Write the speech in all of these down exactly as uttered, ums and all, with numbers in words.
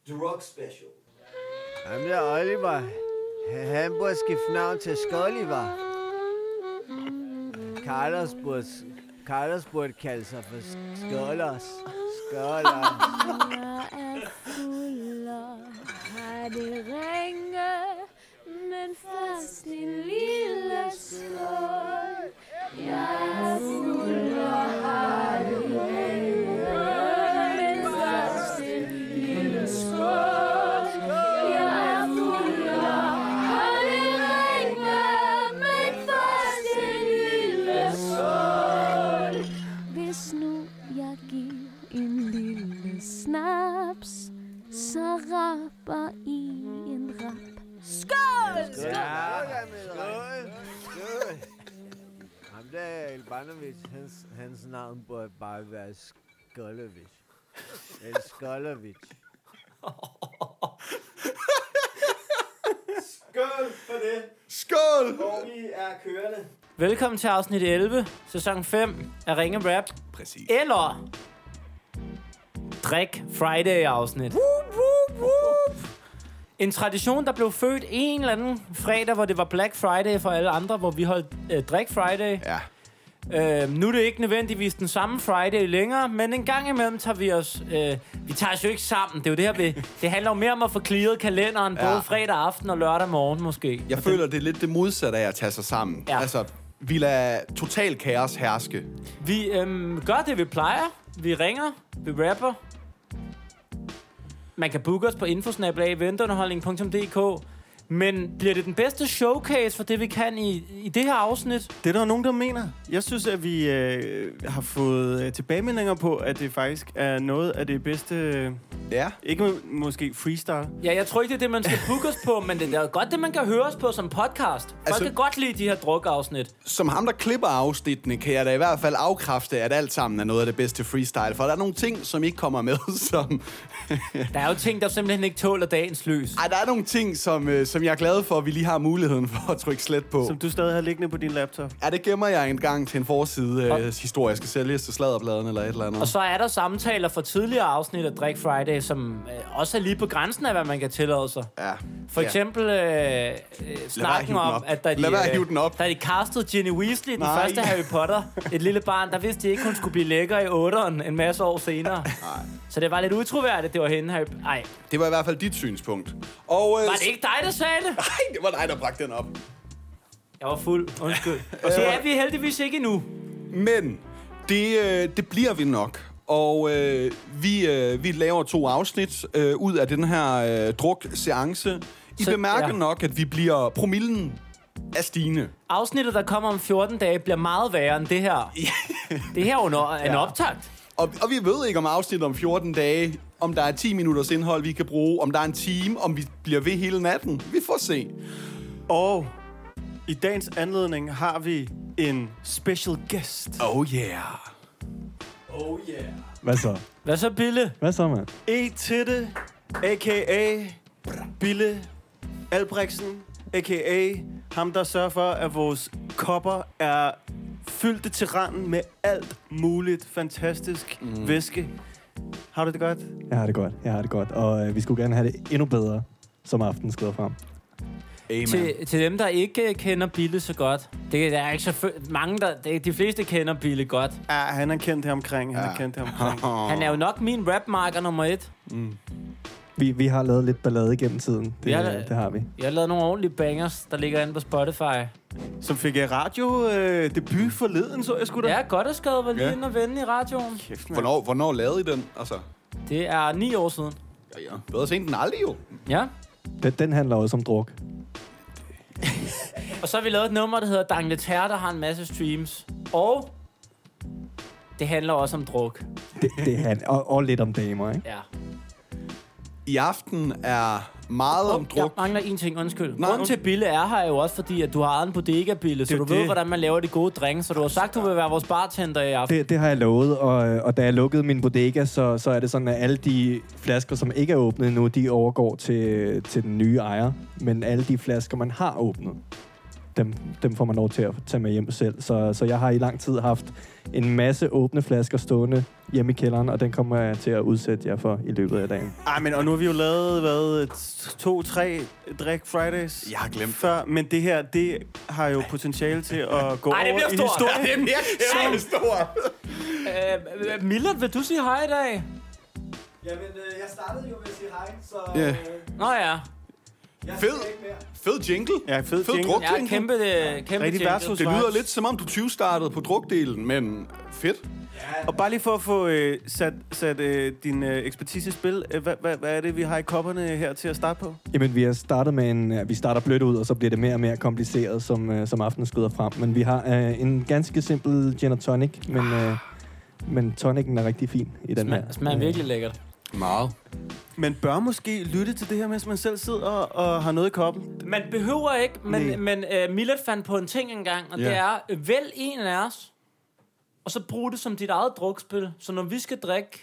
Drug Special. Jamen der Oliver, han burde skifte navn til Skulliver. Carlos burde, Carlos burde kalde sig for Skullers. Skullers. Jeg er fuld og har det ringe, men først en lille skål. Jeg er fuld og har det ringe, men først en lille skål. Jeg er fuld og har det ringe, men først en lille skål. Hvis nu jeg giver en lille snaps, så rapper I en rap. Skål! Skål! Skål! Skål! Ham der Elbanovic, hans, hans navn burde bare være Skollevic. El Skollevic. Skål for det. Skål! Og vi er kørende. Velkommen til afsnit elleve, sæson fem af Ringe Rap. Præcis. Eller Drik Friday-afsnit. Woop, woop, woop. En tradition, der blev født en eller anden fredag, hvor det var Black Friday for alle andre, hvor vi holdt øh, Drik Friday. Ja. Øh, nu er det ikke nødvendigvis den samme Friday længere, men en gang imellem tager vi os... Øh, vi tager os jo ikke sammen. Det er jo det her, vi, det handler jo mere om at få clearet kalenderen, ja. Både fredag aften og lørdag morgen måske. Jeg og føler, det... det er lidt det modsatte af at tage sig sammen. Ja. Altså, vi lader total kaos herske. Vi øh, gør det, vi plejer. Vi ringer. Vi rapper. Man kan booke os på infosnabel punktum eventunderholdning punktum d k. Men bliver det den bedste showcase for det, vi kan i, i det her afsnit? Det er der nogen, der mener. Jeg synes, at vi øh, har fået øh, tilbagemeldinger på, at det faktisk er noget af det bedste... Øh, ja. Ikke må, måske freestyle. Ja, jeg tror ikke, det er det, man skal booke os på, men det er godt det, man kan høre os på som podcast. Folk altså, kan godt lide de her drukafsnit. Som ham, der klipper afsnittene, kan jeg da i hvert fald afkræfte, at alt sammen er noget af det bedste freestyle. For der er nogle ting, som ikke kommer med, som... Der er jo ting, der simpelthen ikke tåler dagens lys. Ej, der er nogle ting, som, øh, som jeg er glad for, at vi lige har muligheden for at trykke slet på. Som du stadig har liggende på din laptop. Ja, det gemmer jeg en gang til en forside, øh, historie. Jeg skal sælges til sladderbladen eller et eller andet. Og så er der samtaler fra tidligere afsnit af Drik Friday, som øh, også er lige på grænsen af, hvad man kan tillade sig. Ja. For eksempel øh, øh, snakken om, at da de, øh, da de castede Ginny Weasley, den Nej. første Harry Potter, et lille barn, der vidste de ikke, hun skulle blive lækker i otteren en masse år senere. Nej. Så det var lidt utroværdigt, det var hende her. Ej. Det var i hvert fald dit synspunkt. Og, øh, var det ikke dig, der sagde det? Nej, det var dig, der bragte den op. Jeg var fuld. Undskyld. Og så er vi heldigvis ikke endnu. Men det, øh, det bliver vi nok. Og øh, vi, øh, vi laver to afsnit øh, ud af den her øh, druk-seance. I så, bemærker ja. nok, at vi bliver promillen af stigende. Afsnittet, der kommer om fjorten dage, bliver meget værre end det her. Det her er en ja. optakt. Og, og vi ved ikke om afsnittet om fjorten dage, om der er ti minutters indhold, vi kan bruge, om der er en time, om vi bliver ved hele natten. Vi får se. Og i dagens anledning har vi en special guest. Oh yeah. Oh yeah. Hvad så? Hvad så, Bille? Hvad så, mand? E-Titte, a k a. Bille Albrechtsen, a k a ham, der sørger for, at vores kopper er fyldte til randen med alt muligt fantastisk mm. væske. Har du det godt? Jeg har det godt, jeg har det godt. Og øh, vi skulle gerne have det endnu bedre, som aftenen skrider frem. Til, til dem, der ikke kender Bille så godt. Det er ikke så fø- mange, der... Det, de fleste kender Bille godt. Ja, han er kendt her omkring. Han ja. er kendt her omkring. Han er jo nok min rapmarker nummer et. Mm. Vi, vi har lavet lidt ballade gennem tiden. Det, har, det har vi. Jeg har lavet nogle ordentlige bangers, der ligger inde på Spotify. Som fik jeg radio øh, debut forleden, så jeg skulle da. Ja, godt at skade var lige ja. inde og vende i radioen. Kæft, hvornår, hvornår lavede I den? Altså? Det er ni år siden. Ja, ja. Bedre sent end aldrig, jo. Ja. Den, den handler også om druk. Og så har vi lavet et nummer, der hedder Dangleterre, der har en masse streams. Og det handler også om druk. Det, det han, og, og lidt om damer, ikke? Ja. I aften er meget oh, om druk. Jeg mangler en ting, undskyld. Grunden til Bille er her jo også, fordi at du har en bodega, Bille, så det, du det. ved, hvordan man laver de gode drinks. Så du har sagt, du vil være vores bartender i aften. Det, det har jeg lovet, og, og da jeg lukkede min bodega, så, så er det sådan, at alle de flasker, som ikke er åbnet nu, de overgår til, til den nye ejer. Men alle de flasker, man har åbnet, dem, dem får man lov til at tage med hjem selv. Så, så jeg har i lang tid haft en masse åbne flasker stående hjemme i kælderen, og den kommer jeg til at udsætte jer for i løbet af dagen. Ej, men og nu har vi jo lavet, hvad, to, tre Drik Fridays. Jeg har glemt før, men det her, det har jo potentiale til at gå Ej, det over bliver i stort. historien. Det er mere kæmpe stort. Øh, Millard, vil du sige hej i dag? Jamen, øh, jeg startede jo med at sige hej, så... Ja. Øh, Nå ja. jeg Fed. siger ikke mere. Fed jingle. Ja, fed jingle. druk Jeg er jingle. kæmpe, øh, kæmpe Rigtig jingle. værtshus. Det lyder lidt som om, du tyve startede på drukdelen, men fedt. Og bare lige for at få øh, sat, sat øh, din øh, ekspertise i spil, øh, hvad, hvad, hvad er det, vi har i kopperne her til at starte på? Jamen, vi har startet med en... ja, Vi starter blødt ud, og så bliver det mere og mere kompliceret, som, øh, som aftenen skrider frem. Men vi har øh, en ganske simpel gin og tonic, men, øh, men tonicen er rigtig fin i den her. Smager, smager virkelig lækkert. Meget. Man bør måske lytte til det her, mens man selv sidder og, og har noget i koppen. Man behøver ikke, men, Nej. men uh, Millard fandt på en ting engang, og Ja. det er, øh, vælg en af os, og så brug det som dit eget drukspil. Så når vi skal drikke,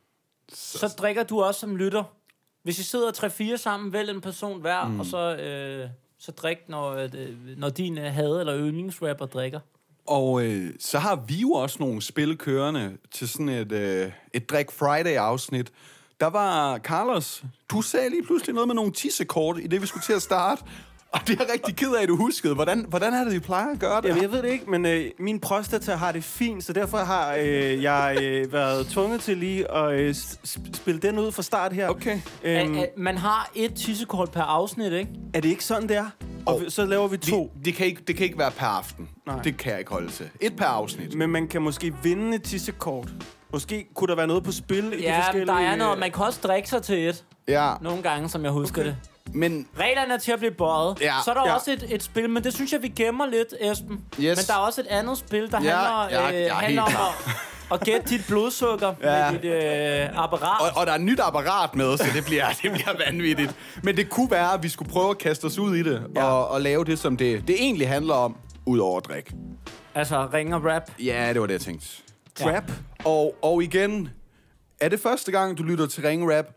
så, så drikker du også som lytter. Hvis I sidder tre fire sammen, vælg en person hver, mm. og så, øh, så drik, når, øh, når din øh, had- eller yndlingsrapper drikker. Og øh, så har vi jo også nogle spil kørende til sådan et, øh, et Drik Friday-afsnit. Der var Carlos, du sagde lige pludselig noget med nogle tissekort i det, vi skulle til at starte. Og det er jeg rigtig ked af, at du huskede. Hvordan, hvordan er det, vi plejer at gøre det? Jamen, jeg ved det ikke, men øh, min prostata har det fint, så derfor har øh, jeg øh, været tvunget til lige at øh, sp- spille den ud fra start her. Okay. Øhm, Æm, at man har et tissekort per afsnit, ikke? er det ikke sådan, det er? Og Oh. vi- så laver vi to. Det, det, kan ikke, det kan ikke være per aften. Nej. Det kan jeg ikke holde til. Et per afsnit. Men man kan måske vinde et tissekort. Måske kunne der være noget på spil i de Ja, forskellige... der er noget. Man kan også drikke sig til et. Ja, Nogle gange, som jeg husker okay. det. men Reglerne er til at blive bøjet. Ja. Så er der Ja. også et, et spil, men det synes jeg, vi gemmer lidt, Esben. Yes. Men der er også et andet spil, der Ja, handler, ja, øh, jeg er handler om helt at, at gætte dit blodsukker Ja. med dit øh, apparat. Og, og der er et nyt apparat med, så det bliver, det bliver vanvittigt. Men det kunne være, at vi skulle prøve at kaste os ud i det, ja. og, og lave det, som det, det egentlig handler om, ud over at drikke. Altså, ring og rap. Ja, det var det, jeg tænkte. Trap. Og, og igen, er det første gang, du lytter til Ring Rap,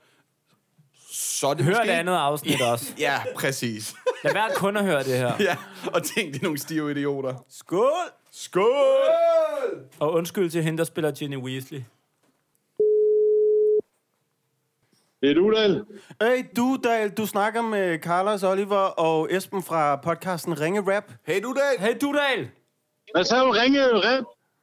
så er det Hør måske... det andet afsnit også. Ja, præcis. Lad være kun at høre det her. Ja, og tænk, det er nogle stive idioter. Skål! Skål! Og undskyld til hende, der spiller Ginny Weasley. Det er du, Dahl. Hey, du, Dahl, du snakker med Carlos, Oliver og Esben fra podcasten Ringe Rap. Hey, du der. Hey, du Dahl! Hvad så, ringe rap?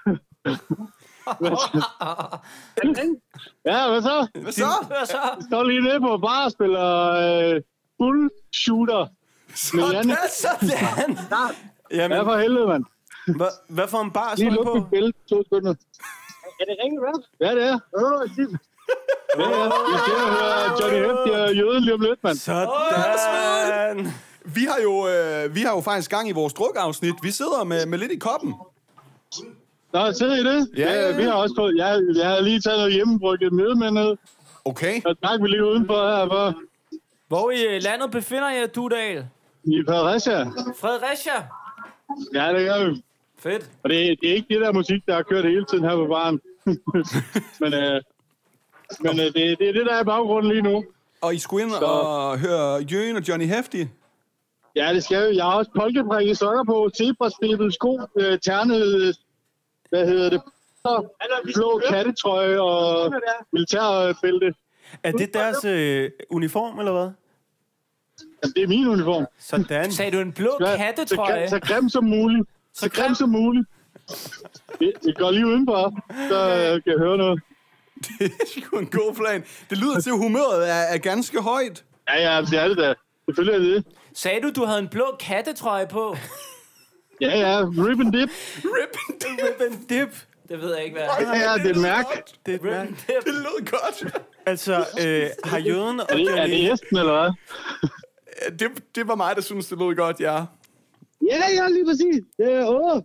Ja, hvad så? Hvad så? Hvad så? Jeg står lige nede på bar og spiller øh, bull shooter med Janne. Sådan! Jamen, Ja, for helvede, mand. hvad, hvad for en bar Lige står I luk på? mit bælte. To sekunder. Er det ringe rap? Ja, det er. Åh, shit. Ja, ja. Vi skal høre Johnny Heft og jøden lige om lidt, mand. Sådan! Vi har jo, øh, vi har jo faktisk gang i vores drukafsnit. Vi sidder med, med lidt i koppen. Nå, sidder I det? Ja, ja, ja. Vi har også fået... Jeg, jeg har lige taget noget hjemmebrygget med med ned. Okay. Og tak, vi lige udenfor her for Hvor i landet befinder jeg, du Dahl? i Fredericia. Fredericia? Ja, det gør vi. Fedt. Og det, det er ikke det der musik, der har kørt hele tiden her på baren. men øh, men øh, det, det er det, der er i baggrunden lige nu. Og I skulle ind Så. og høre Jørgen og Johnny Hefti. Ja, det skal vi. Jeg har også polkebrik i sokker på, zebrastribet sko, øh, ternet, hvad hedder det, blå kattetrøje og militærbælte. Er det deres øh, uniform, eller hvad? Jamen, det er min uniform. Sådan. Sagde du en blå Ja, kattetrøje? Så, så grim som muligt. Så grim som muligt. Vi, vi går lige udenfor, så øh, kan jeg høre noget. Det er sgu en god plan. Det lyder til, at humøret er, er ganske højt. Ja, ja, det er det da. Selvfølgelig er det det. Sagde du, du havde en blå kattetrøje på? Ja, ja, rip and dip. Rip and dip. Rip and dip. Det ved jeg ikke, hvad Ja, ja, det er mærk. Det er et mærke. Det lød godt. Altså, øh, har jøden og Er det, er Johnny... det Esben, eller hvad? Det, det var mig, der synes det lød godt, ja. Ja, ja, lige præcis. Det er åh.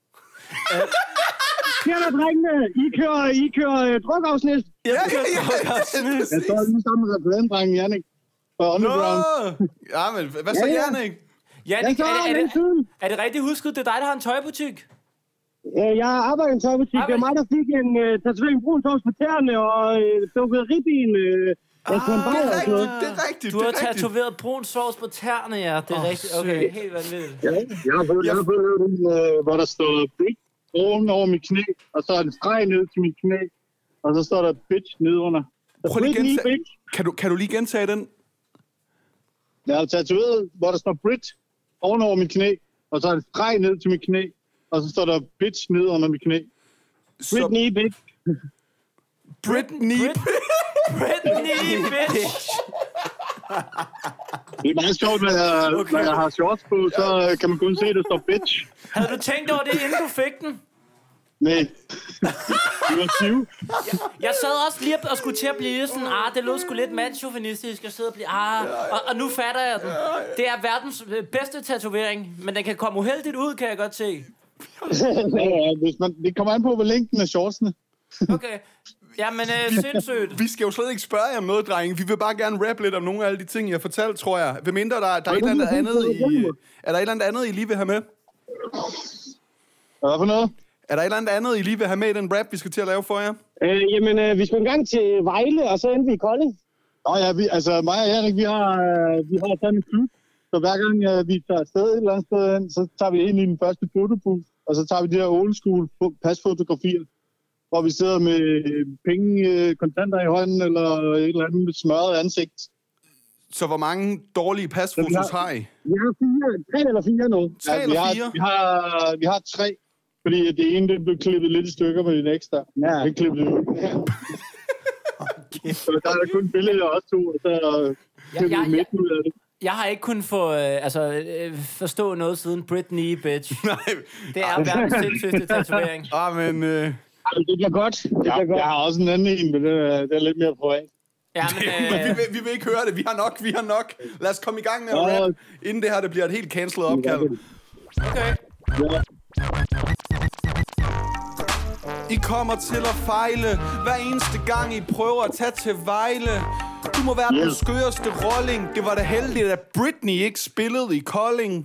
Kære drengene, I kører, I kører uh, drukafsnit. Ja, ja, ja. Jeg står lige sammen med referendrengen, Jannik. Fra Underground. Nå! Ja, men hvad så, Ja, ja. Jannik? Jannik, Jeg er, tager det, er, den det, siden. er det rigtigt husket, det er dig, der har en tøjbutik? Øh, Jeg arbejder i en tøjbutik. Det var mig, der fik en uh, tatovering brun sovs på tæerne og uh, dukket ribben. Uh, Ah, det er rigtigt, det er rigtigt. Du har det er rigtigt. tatoveret brun sovs på tæerne, ja. Det er oh, rigtigt. Okay, sygt. Helt vanvittigt. Ja, jeg har fået, jeg har fået lavet en, uh, hvor der står bitch oven over mit knæ, og så er det streg ned til mit knæ, og så står der bitch nedunder. Prøv lige gentage. Kan du, kan du lige gentage den? Jeg har tatoveret, hvor der står Brit oven over mit knæ, og så er det streg ned til mit knæ, og så står der bitch ned under mit knæ. Britney, bitch. Britney, Britney, bitch. Det er meget sjovt, når jeg, okay. når jeg har shorts på, så kan man kun se, at der står bitch. Havde du tænkt over det, inden du fik den? Nej. Det var syv. Jeg, jeg sad også lige og skulle til at blive sådan, ah, det lød sgu lidt mandsjovinistisk at sidde og blive, ah, og, og nu fatter jeg den. Det er verdens bedste tatovering, men den kan komme uheldigt ud, kan jeg godt se. Ja, hvis man, det kommer an på, hvor længden af shortsene. Okay. Jamen, øh, sindssygt. Vi skal jo slet ikke spørge jer om noget, drenge. Vi vil bare gerne rappe lidt om nogle af alle de ting, I har fortalt, tror jeg. Hvem mindre, der, der er, et eller andet i, er der et eller andet andet, I lige vil have med? Hvad for noget? Er der et eller andet andet, I lige vil have med i den rap, vi skal til at lave for jer? Øh, jamen, øh, vi skal en gang til Vejle, og så endte vi i Kolding. Nå ja, vi, altså mig og Erik, vi har, øh, vi har sådan en klub. Så hver gang øh, vi tager afsted et eller andet sted hen, så tager vi ind i den første fotobooth, og så tager vi de her old school pasfotografier, hvor vi sidder med penge, øh, kontanter i hånden, eller et eller andet med smørret ansigt. Så hvor mange dårlige pasfotos har, har I? Vi har fire, tre eller fire nu. Tre ja, eller vi fire? Har, vi, har, vi har tre, fordi det ene det blev klippet lidt i stykker på det næste. Ja. Det klippet ud. Okay. Så der er kun billeder af os to, og så klippet ja, ja, midten ud af det. Jeg har ikke kunnet få, øh, altså, øh, forstå noget siden Britney, bitch. Nej. Det er verdens sindssygste tatovering. Ah, men... Øh... Det bliver godt. Det bliver ja, godt. Jeg har også en anden en, men det er, det er lidt mere privat. Ja, men, øh... vi, vil, vi vil ikke høre det. Vi har nok, vi har nok. Lad os komme i gang med at rap, inden det her det bliver et helt cancelet opkald. Okay. Ja. I kommer til at fejle hver eneste gang, I prøver at tage til Vejle. Du må være yeah. den skøreste rolling. Det var da heldigt, at Britney ikke spillede i Kolding.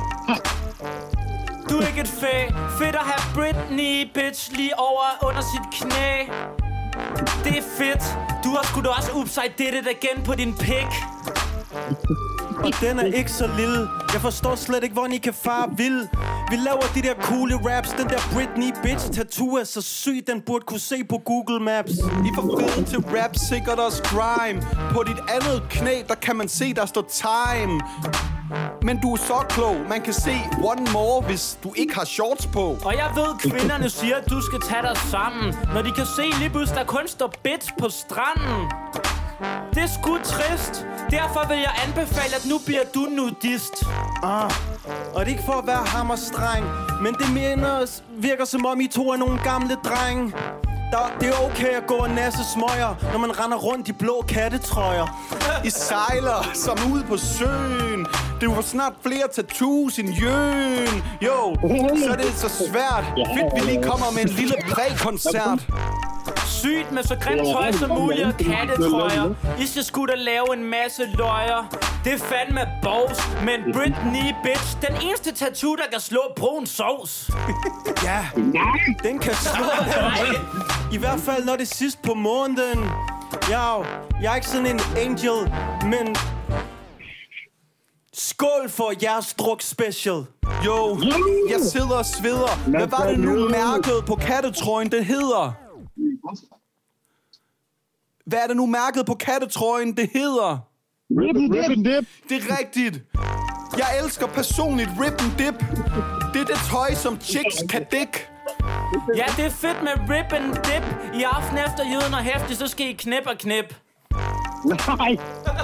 Du er ikke et fæ. Fedt at have Britney, bitch, lige over under sit knæ. Det er fedt. Du har sgu da også upside did it igen på din pik. Og den er ikke så lille. Jeg forstår slet ikke, hvordan I kan fare vild. Vi laver de der coole raps. Den der Britney bitch tattoo er så syg, den burde kunne se på Google Maps. I får fede til rap, sikkert også grime. På dit andet knæ, der kan man se, der står time. Men du er så klog, man kan se one more, hvis du ikke har shorts på. Og jeg ved, kvinderne siger, at du skal tage dig sammen, når de kan se lige pludselig, der kun står bitch på stranden. Det er sgu trist. Derfor vil jeg anbefale, at nu bliver du nudist. Ah, og det er ikke for at være hammerstreng, men det mener, virker som om I to er nogle gamle drenge. Der, det er okay at gå og nasse smøger, når man render rundt i blå kattetrøjer. I sejler som ude på søen. Du får snart flere tattoos end jøen. Jo, så er det så svært. Fedt, vi lige kommer med en lille præ-koncert. Sygt med så grimt tøj som muligt og kattetrøjer. I skal sgu da lave en masse løjer. Det er fandme bogs. Men Britney, bitch, den eneste tattoo, der kan slå brun sovs. Ja, den kan slå. I hvert fald, når det er sidst på måneden. Ja, jeg er ikke sådan en angel, men... Skål for jeres druk special. Jo, jeg sidder og sveder. Hvad var det nu mærket på kattetrøjen, det hedder? Hvad er det nu mærket på kattetrøjen, det hedder? Rip and dip. dip. Det er rigtigt. Jeg elsker personligt rip and dip. Det er det tøj, som chicks kan dække. Ja, det er fedt med rip and dip. I aften efter jøden og hæftig, så skal I knip og knip. Nej.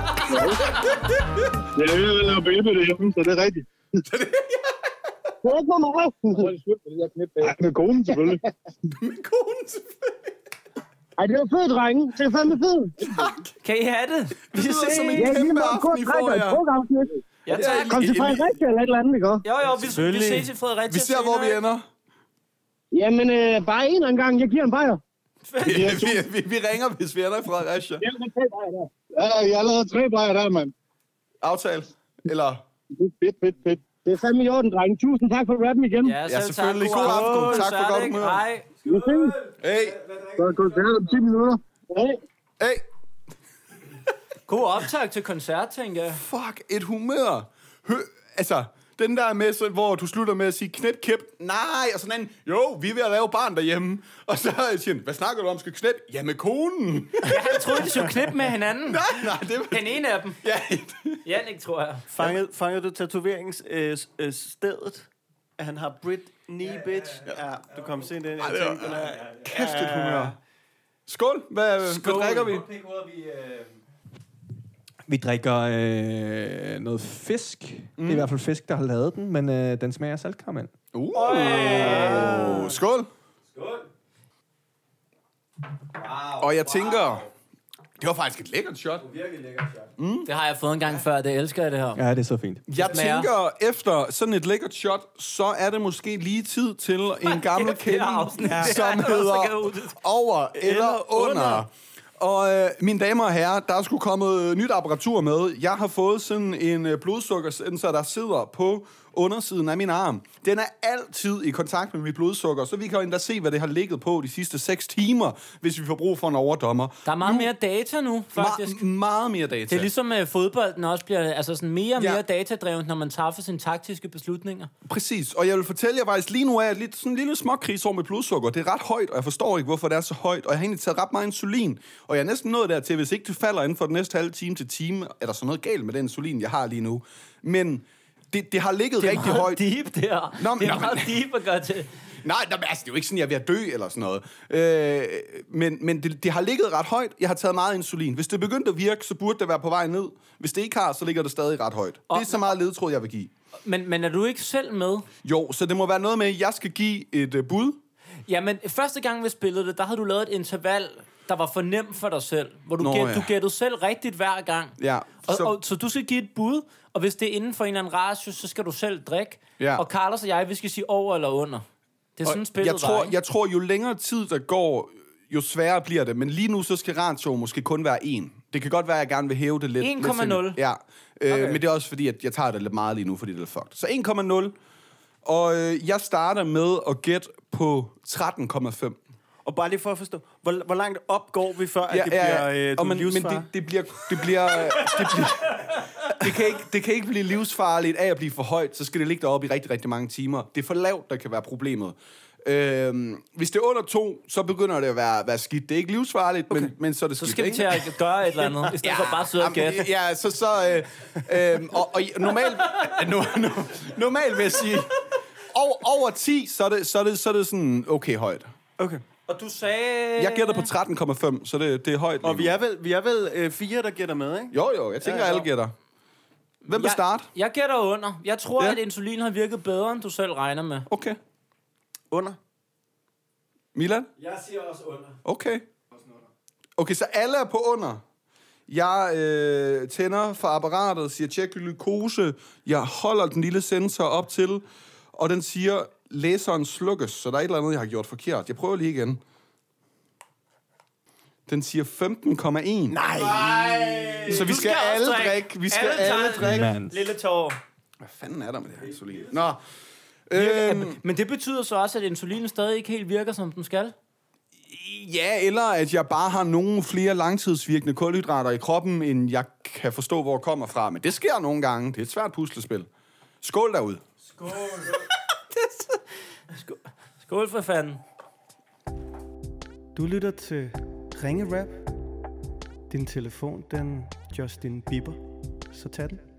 Jeg er ved at lave billede det hjemme, så det er rigtigt. Det er ikke med mig. Så er det slut med det der knip. Ja, med konen selvfølgelig. Med konen selvfølgelig. Ej, det er jo fedt, drenge. Det er fandme fedt. Kan I have det? Vi lyder som en kæmpe aften, I får jer. Ja, tak. Kom til Fredericia eller et eller andet, ikke? Jo, jo, vi, vi ses i Fredericia. Vi ser, hvor vi ender. Jamen, øh, bare en eller anden gang. Jeg giver en bajer. vi, vi, vi, vi ringer, hvis vi ender i Fredericia. Ja, der er tre bajer der. Ja, jeg har lavet tre bajer der, mand. Aftale. Eller? Fedt, fedt, fedt. Det er fandme i orden, drenge. Tusind tak for rappen igen. Ja, Ja, selvfølgelig. God aften. Tak for godt humør. Hej. Vi ses. Hey, Så er koncert om ti minutter. Hej. hey. God optag til koncert, tænker jeg. Fuck, et humør. Hø, altså, den der med, så, hvor du slutter med at sige knæt kæp. Nej, og sådan anden. Jo, vi er ved at lave barn derhjemme. Og så siger han, hvad snakker du om, skal knæt? Ja, med konen. Ja, han troede, de skulle knippe med hinanden. nej, nej, det var... Den ene af dem. Ja, Jannik, tror jeg. Fangede, fangede du tatoveringsstedet? Øh, stedet? At han har Britney, bitch? Ja, du kom sent ind. Jeg tænkte, den er... kæft et humør. Skål. Hvad, Skål. hvad drikker vi? Vi drikker øh, noget fisk. Mm. Det er i hvert fald fisk, der har lavet den, men øh, den smager af saltkaramel. Uh. Oh. Skål. Skål. Wow, Og jeg tænker, det var faktisk et lækkert shot. virkelig lækkert shot. Mm. Det har jeg fået en gang før, det elsker jeg det her. Ja, det er så fint. Jeg smager. tænker, efter sådan et lækkert shot, så er det måske lige tid til en gammel kælling, som hedder over eller under. Og øh, mine damer og herrer, der er sgu kommet nyt apparatur med. Jeg har fået sådan en øh, blodsukkersensor, der sidder på undersiden af min arm. Den er altid i kontakt med mit blodsukker, så vi kan endda se, hvad det har ligget på de sidste seks timer, hvis vi får brug for en overdommer. Der er meget nu, mere data nu, faktisk. Ma- meget mere data. Det er ligesom at fodbolden også bliver altså sådan mere og mere Ja. datadrevet, når man træffer sine taktiske beslutninger. Præcis, og jeg vil fortælle jer faktisk lige nu, at lidt, sådan en lille småkris over med blodsukker. Det er ret højt, og jeg forstår ikke, hvorfor det er så højt. Og jeg har egentlig taget ret meget insulin. Og jeg er næsten nået dertil, hvis ikke det falder inden for den næste halve time til time, er der så noget galt med den insulin, jeg har lige nu. Men det, det har ligget Det er rigtig meget højt. deep, der. Nå, men- det er nå, meget men- deep at gøre til. Nej, nej, men altså, det er jo ikke sådan, jeg er ved at dø eller sådan noget. Øh, men men det, det har ligget ret højt. Jeg har taget meget insulin. Hvis det begyndte at virke, så burde det være på vej ned. Hvis det ikke har, så ligger det stadig ret højt. Og- Det er så meget ledtråd, jeg vil give. Men, men er du ikke selv med? Jo, så det må være noget med, at jeg skal give et uh, bud. Jamen, første gang vi spillede det, der havde du lavet et interval, der var for nemt for dig selv. Hvor du, Nå, gæt, ja. du gættede selv rigtigt hver gang. Ja, Og, så- og, så du skal give et bud, og hvis det er inden for en eller anden ratio, så skal du selv drikke. Ja. Og Carlos og jeg, vi skal sige over eller under. Det er sådan spillet jeg tror, var, ikke? jeg tror, jo længere tid der går, jo sværere bliver det. Men lige nu, så skal ratio måske kun være en. Det kan godt være, at jeg gerne vil hæve det lidt. en komma nul. lidt ja, øh, Okay. men det er også fordi, at jeg tager det lidt meget lige nu, fordi det er fucked. Så en komma nul. Og øh, jeg starter med at gætte på tretten komma fem. Og bare lige for at forstå, hvor, hvor langt op går vi, før at Ja, det ja, bliver ja. øh, Og du men, men livsfar? det, det bliver... Det bliver, øh, det bliver det, kan ikke, det kan ikke blive livsfarligt af at blive for højt, så skal det ligge deroppe i rigtig, rigtig mange timer. Det er for lavt, der kan være problemet. Øhm, hvis det er under to, så begynder det at være, være skidt. Det er ikke livsfarligt, okay. men, men så er det Så skidt. skal vi ikke? til at gøre et eller andet, i stedet for bare at sidde og jamen, gætte. Ja, så... så øh, øh, og, og normalt, no, no, normalt vil jeg sige, over, over ti, så er, det, så, er det, så er det sådan okay højt. Okay. Og du sagde... Jeg gætter på tretten komma fem, så det, det er højt. Og lige vi nu. er vel, vi er vel øh, fire, der gætter med, ikke? Jo, jo, jeg tænker, Ja, ja, ja. alle gætter. Hvem vil jeg, starte? Jeg gætter under. Jeg tror, Ja. at insulin har virket bedre, end du selv regner med. Okay. Under. Milan? Jeg siger også under. Okay. Okay, så alle er på under. Jeg øh, tænder for apparatet, siger tjek glukose. Jeg holder den lille sensor op til, og den siger, læseren slukkes. Så der er et eller andet, jeg har gjort forkert. Jeg prøver lige igen. Den siger femten komma en. Nej! Så vi Du skal, også alle drikke. drikke. Vi skal Alle alle, tager drikke. Man. Lille tår. Hvad fanden er der med det her insulin? Nå. Øhm, Men det betyder så også, at insulinen stadig ikke helt virker, som den skal. ja, eller at jeg bare har nogle flere langtidsvirkende kulhydrater i kroppen, end jeg kan forstå, hvor det kommer fra. Men det sker nogle gange. Det er et svært puslespil. Skål derude. Skål. Skål for fanden. Du lytter til Ringe Rap. Din telefon, den Justin Bieber. Så tag den.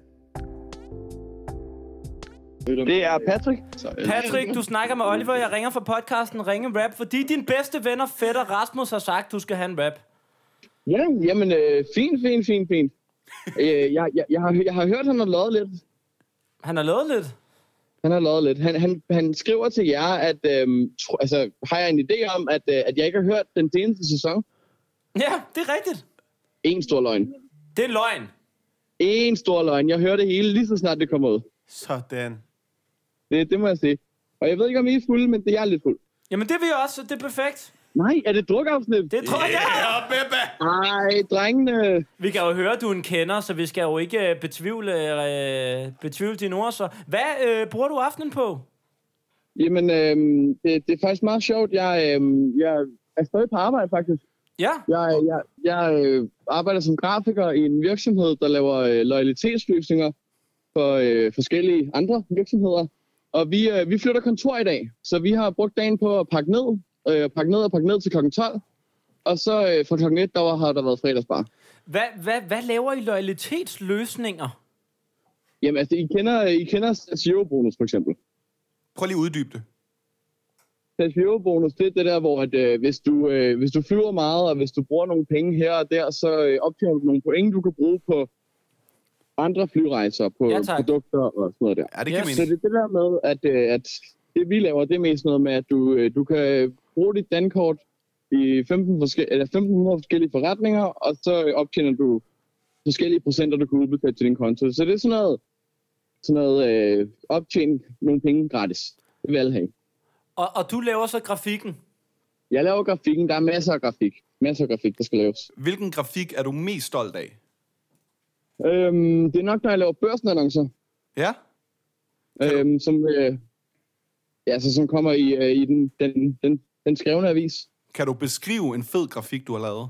Det er Patrick. Patrick, du snakker med Oliver. Jeg ringer fra podcasten Ringe Rap, fordi din bedste ven og fætter Rasmus har sagt, du skal have en rap. Ja, jamen, øh, fint, fint, fint, fint. øh, jeg, jeg, jeg, har, jeg har hørt, han har lavet lidt. Han har lavet lidt. Han har lavet lidt. Han, han, han skriver til jer, at øhm, tro, altså, har jeg en idé om, at, øh, at jeg ikke har hørt den seneste sæson? Ja, det er rigtigt. En stor løgn. Det er løgn. En stor løgn. Jeg hører det hele lige så snart det kommer ud. Sådan. Det, det må jeg sige. Og jeg ved ikke, om I er fulde, men det er jeg lidt fuld. Jamen, det er vi også. Det er perfekt. Nej, er det drukafsnit? Det tror jeg. Nej, drengene. Vi kan jo høre, at du er en kender, så vi skal jo ikke øh, betvivle, øh, betvivle dine ord. Så. Hvad øh, bruger du aftenen på? Jamen, øhm, det, det er faktisk meget sjovt. Jeg, øhm, jeg er stadig på arbejde, faktisk. Ja. Jeg, jeg, jeg øh, arbejder som grafiker i en virksomhed, der laver øh, loyalitetsløsninger for øh, forskellige andre virksomheder. Og vi, øh, vi flytter kontor i dag, så vi har brugt dagen på at pakke ned, øh, pakke ned og pakke ned til klokken tolv. Og så øh, fra klokken et, der har der været fredagsbar. Hvad, hvad, hvad laver I loyalitetsløsninger? Jamen, altså, I kender, I kender Zero-bonus, for eksempel. Prøv lige at uddybe det. Zero-bonus, det er det der, hvor at, øh, hvis, du, øh, hvis du flyver meget, og hvis du bruger nogle penge her og der, så øh, optjener du nogle point, du kan bruge på andre flyrejser, på Ja, produkter og sådan noget der. Ja, det kan Yes. Så det er det der med, at, øh, at det vi laver, det er mest noget med, at du, øh, du kan bruge dit dankort i femten forske- eller femten hundrede forskellige forretninger, og så øh, optjener du forskellige procenter, du kan udbetale til din konto. Så det er sådan noget, sådan noget øh, optjene nogle penge gratis. Det vil alle have. Og, og du laver så grafikken? Jeg laver grafikken. Der er masser af grafik. Masser af grafik, der skal laves. Hvilken grafik er du mest stolt af? Øhm, det er nok, når jeg laver børsenannoncer, Ja? øhm, som, øh, ja, så, som kommer i, øh, i den, den, den, den skrevne avis. Kan du beskrive en fed grafik, du har lavet?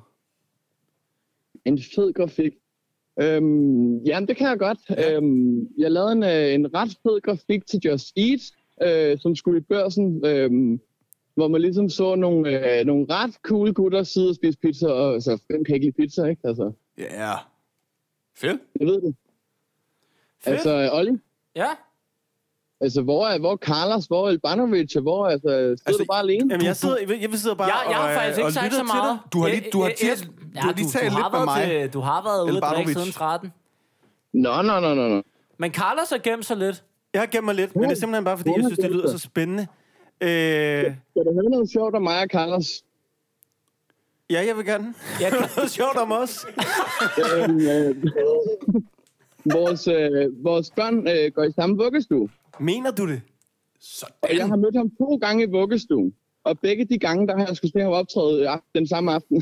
En fed grafik. Øhm, jamen, det kan jeg godt. Ja. Øhm, jeg lavede en, øh, en ret fed grafik til Just Eat, øh, som skulle i børsen, øh, hvor man ligesom så nogle, øh, nogle ret cool gutter sidde og spise pizza, og altså, hvem kan ikke lide pizza, ikke? Altså, Ja. Yeah. Fedt. jeg ved det. Fedt. Altså, Olli, Ja. altså, hvor er, hvor er Carlos, hvor er Elbanovic, og hvor altså, sidder Altså, altså, du bare alene? Jamen, jeg sidder, jeg, jeg sidder bare Jeg, jeg har og, faktisk og ikke sagt lytter så til meget. dig. Du har lige- du har Øh, tit- øh, du har lige du, talt du lidt har med været mig. Til, du har været ude at drikke Elbanovic. siden tretten. Nå, nå, nå, nå, nå. Men Carlos har gemt sig lidt. Jeg har gemt mig lidt, men det er simpelthen bare, fordi jeg synes, det lyder så spændende. Øh, Skal du høre noget sjovt om mig og Carlos? ja, jeg vil gerne. Jeg kan, Noget sjovt om os. øhm, øh, vores, øh, vores børn øh, går i samme vuggestue. Mener du det? Og jeg har mødt ham to gange i vuggestuen. Og begge de gange, der har jeg skulle se ham optræde øh, den samme aften.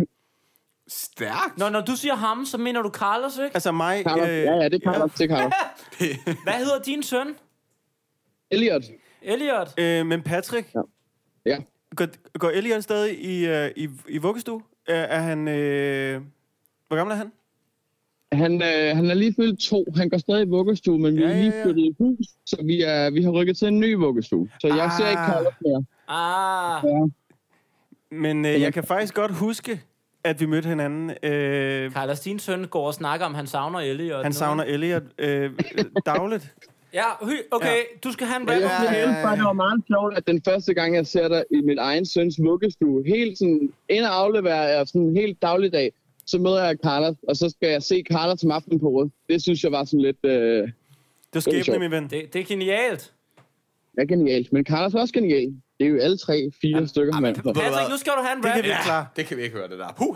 Stærkt. når, når du siger ham, så mener du Carlos, ikke? Altså mig... Carlos. Øh, Ja, ja, det kan Carlos. Det kan Carlos. Hvad hedder din søn? Elliot. Elliot. øh, men Patrick, Ja. går, går Elliot stadig i, øh, i, i vuggestue? Er, er han... Øh, hvor gammel er han? Han, øh, han er lige fyldt to. Han går stadig i vuggestue, men vi Ja, er ja, lige ja. flyttet i hus, så vi, er, vi har rykket til en ny vuggestue. Så jeg Ah. ser ikke Carlos mere. Ah. Ja. Men øh, jeg kan faktisk godt huske, at vi mødte hinanden. Øh, Carlos, din søn går og snakker om, han savner Elliot. han nu, savner ikke? Elliot øh, dagligt. Ja, hy- okay. Ja. Du skal have en Jeg rap. synes, ja, ja. bare, det var meget sjovt, at den første gang, jeg ser dig i min egen søns vuggestue, helt sådan, ind og aflevere jeg sådan en helt dagligdag, så møder jeg Carlos, og så skal jeg se Carlos om aftenen på råd. Det synes jeg var sådan lidt... Øh, Det er skæbne, sjovt. min ven. Det, det er genialt. er genialt. Men Carlos er også genial. Det er jo alle tre, fire ja, stykker, mand. Ved du hvad? Patrick, nu skal du have en Det rap. kan vi ikke klare. Det kan vi ikke høre, det der. Puha.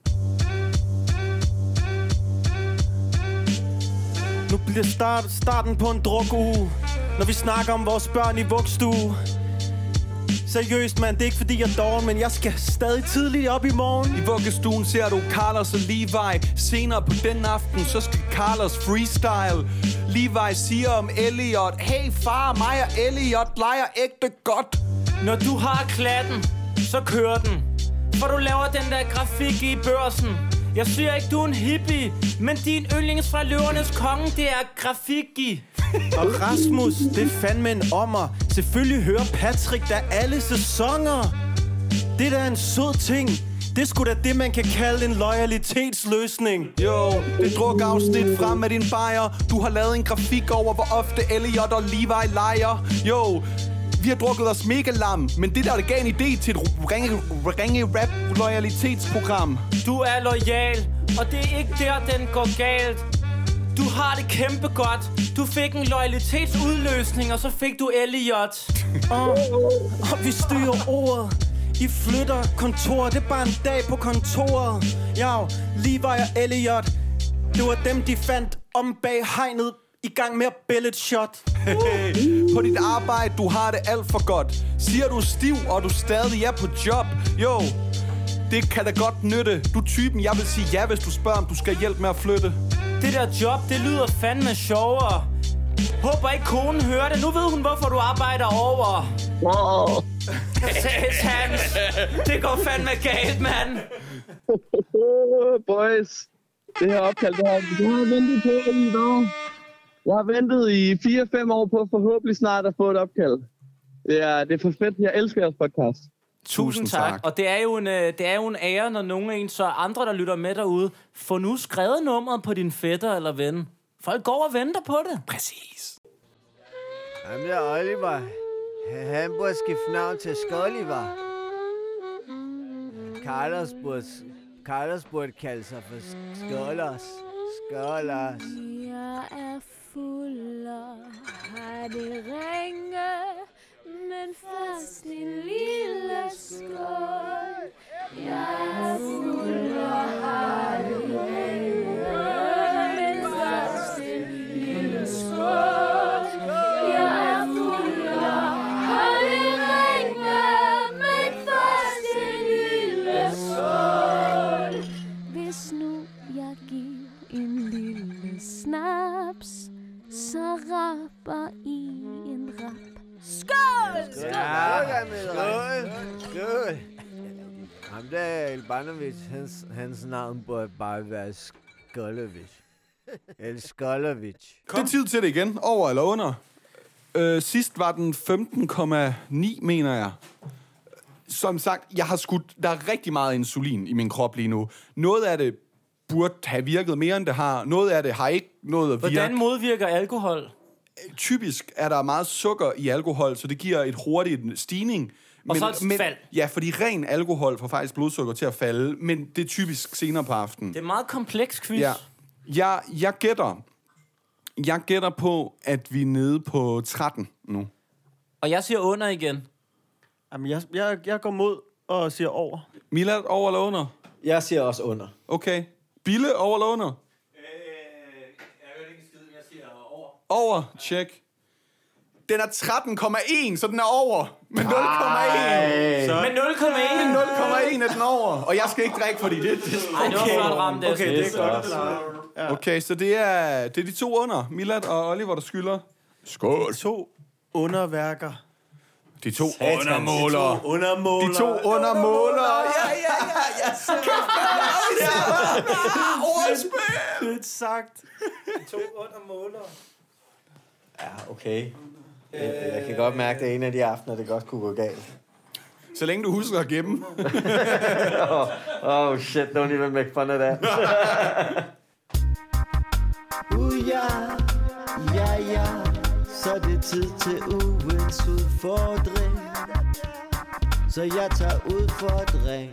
Nu bliver start, starten på en drukuge, når vi snakker om vores børn i vugstue. Seriøst, mand, det er ikke fordi jeg er doven, men jeg skal stadig tidligt op i morgen. I vuggestuen ser du Carlos og Levi. Senere på den aften, så skal Carlos freestyle. Levi siger om Elliot: Hey far, mig og Elliot leger ægte godt. Når du har klatten, så kører den. For du laver den der grafik i børsen. Jeg siger ikke, du er en hippie, men din yndlings fra Løvernes Konge, det er grafiki. Og Rasmus, det er fandme en ommer. Selvfølgelig hører Patrick da alle sæsoner. Det der er en sød ting. Det er sgu da det, man kan kalde en loyalitetsløsning. Jo, det druk afsnit frem med din bajer. Du har lavet en grafik over, hvor ofte Elliot og Levi leger. Jo, vi har drukket os mega lam, men det der det gav en idé til et ringe, ringe rap loyalitetsprogram. Du er loyal, og det er ikke der, den går galt. Du har det kæmpe godt. Du fik en loyalitetsudløsning, og så fik du Elliot. Og, og vi styrer ordet. I flytter kontor, det er bare en dag på kontoret. Ja, Levi og Elliot, det var dem, de fandt om bag hegnet i gang med at bælge et shot. På dit arbejde, du har det alt for godt. Siger du er stiv, og du stadig er på job. Jo, det kan da godt nytte. Du er typen, jeg vil sige ja, hvis du spørger, om du skal hjælpe med at flytte. Det der job, det lyder fandme sjovere. Håber ikke konen hører det. Nu ved hun, hvorfor du arbejder over. Wow. Sæs, Hans. Det går fandme galt, mand. Boys, det her opkald, det har, det har jeg ventet på i et år. Jeg har ventet i fire fem år på forhåbentlig snart at få et opkald. Det er, det er for fedt. Jeg elsker jeres podcast. Tusind tak. tak. Og det er, jo en, det er jo en ære, når nogen en, så andre, der lytter med derude, får nu skrevet nummeret på din fætter eller ven. Folk går og venter på det. Præcis. Ham der Oliver, han burde skifte navn til Skoliver. Carlos burde, Carlos burde kalde sig for Skollers. Skollers. Jeg er fuld og har det ringe, men først en lille skål. Jeg er fuld og har det ringe, men først en lille skål. Jeg er fuld og har det ringe, men først en lille skål. Hvis nu jeg giver en lille snaps, så rapper I en rap. Skål! Skål! Ja, skål! Skål! Ham der Elbanovic, hans, hans navn burde bare være Skolovic. El Skolovic. Det er tid til det igen. Over eller under? Øh, sidst var den femten komma ni, mener jeg. Som sagt, jeg har skudt... Der er rigtig meget insulin i min krop lige nu. Noget af det burde have virket mere, end det har. Noget af det har ikke noget at virke. Hvordan modvirker alkohol? Typisk er der meget sukker i alkohol, så det giver et hurtigt stigning. Og men, så et men, fald. Ja, fordi ren alkohol får faktisk blodsukker til at falde, men det er typisk senere på aftenen. Det er meget kompleks quiz. Ja. Jeg, jeg gætter... Jeg gætter på, at vi er nede på tretten nu. Og jeg siger under igen. Jamen, jeg, jeg, jeg går mod og siger over. Milad, over eller under? Jeg siger også under. Okay. Bille, over eller under? Øh, jeg hørte ikke en skid, jeg siger over. Over, check. Den er tretten komma en, så den er over. Med nul komma en. Med nul komma en? Med nul komma en er den over. Og jeg skal ikke drikke, fordi det... det Ej, det var flot ramt. Det Okay, det er godt. Ja. Okay, så det er, det er de to under. Milad og Oliver, der skylder. Skål. To underværker. De to undermålere. Undermåler. De to undermålere. Ja, ja, ja. ja. Så kæft, hvad ordspil. Fedt sagt. To undermålere. Ja, okay. Jeg, jeg kan godt mærke, at det er en af de aftener, det godt kunne gå galt. Så længe du husker at gemme. oh, oh shit, don't even make fun of that. Uh, ja, ja, ja, så er det tid til ugens udfordring. Så jeg tager udfordring.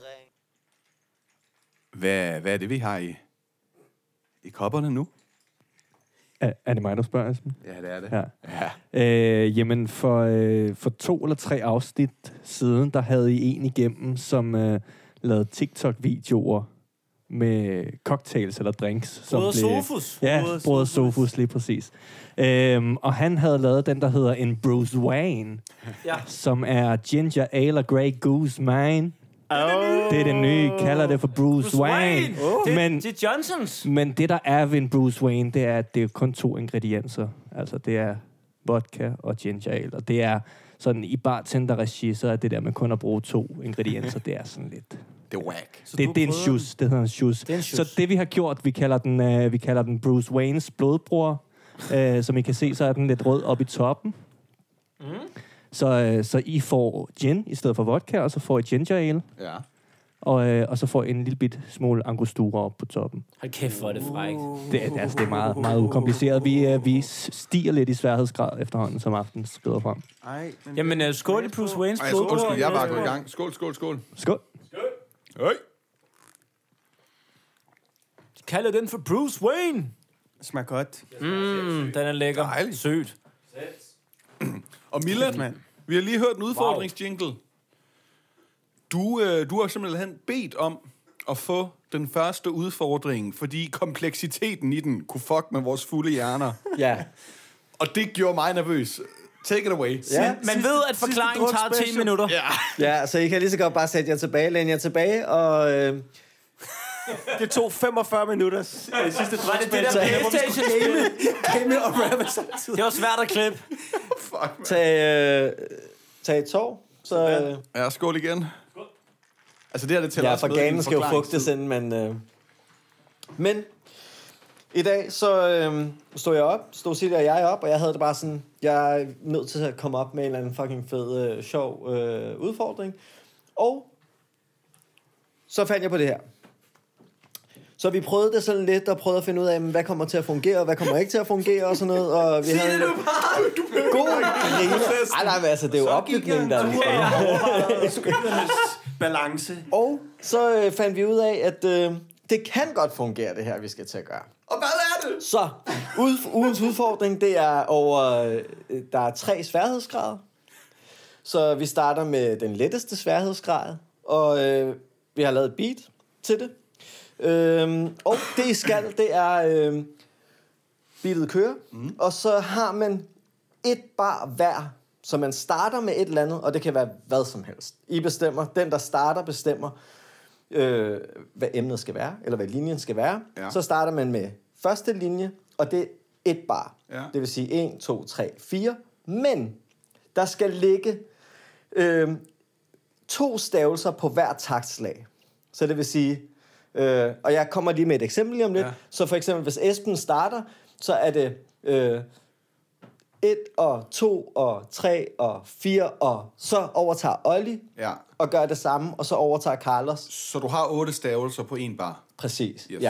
Hvad, hvad er det, vi har i, i kopperne nu? Er, er det mig, der spørger, Esben? Ja, det er det. Ja. Ja. Øh, jamen, for, øh, for to eller tre afsnit siden, der havde I en igennem, som øh, lavede TikTok-videoer med cocktails eller drinks. Brødre Sofus. Ja, Brødre Sofus, lige præcis. Øhm, og han havde lavet den, der hedder en Bruce Wayne, ja. som er Ginger Ale og Grey Goose Mine. Oh. Det er det nye, kalder det for Bruce, Bruce Wayne. Wayne. Oh. Men, det, det er Johnsons. Men det, der er ved en Bruce Wayne, det er, at det er kun to ingredienser. Altså, det er vodka og ginger ale. Og det er sådan, i bartender-regi, så er det der med kun at bruge to ingredienser, det er sådan lidt... Det er whack. Det, det er en shoes. Det hedder en shoes. Det en shoes. Så det, vi har gjort, vi kalder den, uh, vi kalder den Bruce Waynes blodbror. Uh, som I kan se, så er den lidt rød op i toppen. Mm. Så, uh, så I får gin i stedet for vodka, og så får I ginger ale. Ja. Og, øh, og så får I en lille bit smule angostura op på toppen. Hold kæft, hvor er det frækt. Det, er, altså, det er meget, meget ukompliceret. Vi, øh, vi stiger lidt i sværhedsgrad efterhånden, som aftenen skrider frem. Ej, men Jamen, uh, skål i Bruce Waynes Ej, blodbror. undskyld, jeg er bare gået i gang. Skål, skål, skål. Skål. Høj. De kalder den for Bruce Wayne. det smager godt. Mm, den er lækker. Dejligt. Sødt. Og Milad, vi har lige hørt en udfordringsjingle. Du, øh, du har simpelthen bedt om at få den første udfordring, fordi kompleksiteten i den kunne fuck med vores fulde hjerner. Ja. Og det gjorde mig nervøs. Take it away. Ja. Man ved, at forklaringen tager ti minutter. Ja. Ja, så I kan lige så godt bare sætte jer tilbage, læne jer tilbage, og... Øh, Det tog femogfyrre minutter. Sidste Var det det der PlayStation-spil? game og rappe samtidig. Det var svært at klippe. Fuck, man. tag, øh, tag et tår, så... Øh, Ja, skål igen. Altså, det her, det tæller ja, også for med i ganen en skal jo forklaringstid. fugtes ind, men... Øh, men... I dag, så øh, stod jeg op, stod Silja og jeg op, og jeg havde det bare sådan, jeg er nødt til at komme op med en eller anden fucking fed, øh, sjov øh, udfordring. Og så fandt jeg på det her. Så vi prøvede det sådan lidt, og prøvede at finde ud af, hvad kommer til at fungere, og hvad kommer ikke til at fungere, og sådan noget. Og vi havde det nu bare! Du blev god griner. Ej, nej, men altså, det er jo opbygningen, der er. Balance. Og så øh, fandt vi ud af, at øh, det kan godt fungere, det her, vi skal til at gøre. Og hvad er det? Så, ud, ugens udfordring, det er over... Øh, der er tre sværhedsgrader. Så vi starter med den letteste sværhedsgrad, og øh, vi har lavet et beat til det. Øhm, og det I skal, det er... Øh, beatet kører, mm. og så har man et bar hver, så man starter med et eller andet, og det kan være hvad som helst. I bestemmer, den der starter bestemmer, øh, hvad emnet skal være, eller hvad linjen skal være. Ja. Så starter man med første linje, og det er et bar. Ja. Det vil sige en, to, tre, fire. Men der skal ligge øh, to stavelser på hver taktslag. Så det vil sige, øh, og jeg kommer lige med et eksempel lige om lidt. Ja. Så for eksempel, hvis Esben starter, så er det øh, et og to og tre og fire, og så overtager Olli Ja. og gør det samme, og så overtager Carlos. Så du har otte stavelser på en bar. Præcis, Yes. ja.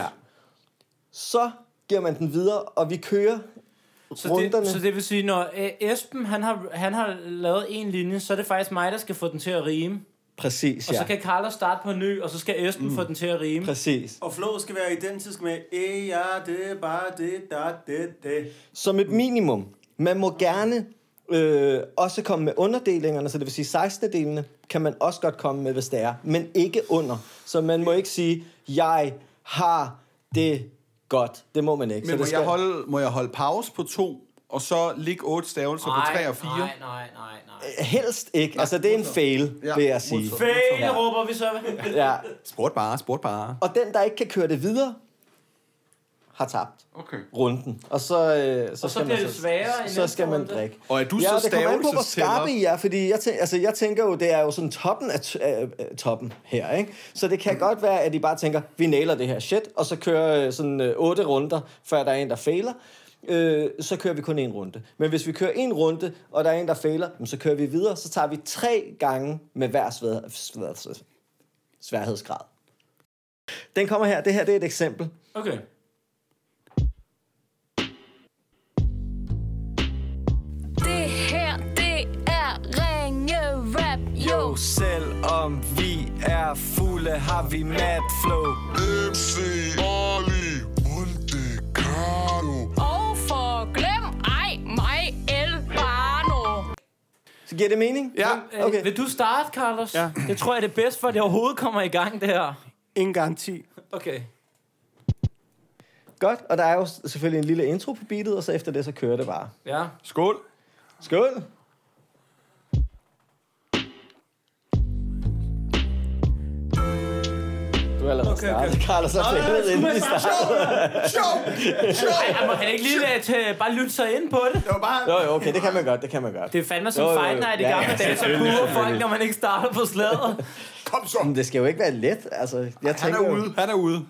Så giver man den videre, og vi kører Så runderne. det, så det vil sige, når øh, Esben han har, han har lavet en linje, så er det faktisk mig, der skal få den til at rime. Præcis, Og ja. så kan Carlos starte på en ny, og så skal Esben mm. få den til at rime. Præcis. Og flowet skal være identisk med E, ja, det er bare det, der, det, det. Som et minimum. Man må gerne øh, også komme med underdelingerne, så det vil sige seksten-delene kan man også godt komme med, hvis det er, men ikke under. Så man må ikke sige, jeg har det godt. Det må man ikke. Men så må, det jeg holde, må jeg holde pause på to, og så ligge otte stavelser på tre og fire? Nej, nej, nej, nej. Helst ikke. Altså, det er en fail, Ja, vil jeg sige. Fail, Ja. råber vi så. Ja. Sport bare, sport bare. Og den, der ikke kan køre det videre, har tabt Okay. runden. Og så, øh, så, så skal bliver man det sværere i så næste skal man runde. drikke. Og er du Ja, så det kommer an på, hvor stavelsestæller? skarpe I er, fordi jeg, tænker, altså, jeg tænker jo, det er jo sådan toppen af t- øh, øh, toppen her, ikke? Så det kan mm. godt være, at I bare tænker, vi nailer det her shit, og så kører øh, sådan øh, otte runder, før der er en, der fejler. Øh, så kører vi kun en runde. Men hvis vi kører en runde, og der er en, der fejler, så kører vi videre, så tager vi tre gange med hver svær, svær, sværhedsgrad. Den kommer her. Det her det er et eksempel. Okay. Det her, det er Ringe Rap, jo. Selvom vi er fulde, har vi mad flow. M C, Olli, Monte Carlo. Og for glem ej mig, El Barno. Så giver det mening? Ja. Okay. Okay. Vil du starte, Carlos? Ja. Det tror jeg er det bedste, for at det overhovedet kommer i gang, det her. Ingen garanti. Okay. Godt, og der er jo selvfølgelig en lille intro på beatet, og så efter det, så kører det bare. Ja. Skål. Skål! Du er allerede Okay, okay, okay. startet, Carlos, så fældet inden vi starter. Ej, må han ikke lige lade til bare lytte sig ind på det? Det var bare... Jo, jo, okay, det kan man godt, det kan man godt. Det er fandme som Jo, jo, jo. Fight Night i Ja, gamle ja, dage, så selvfølgelig, buer folk, når man ikke starter på slaget. Kom så. Men det skal jo ikke være let, altså. Jeg Han tænker er jo- ude. Han er ude.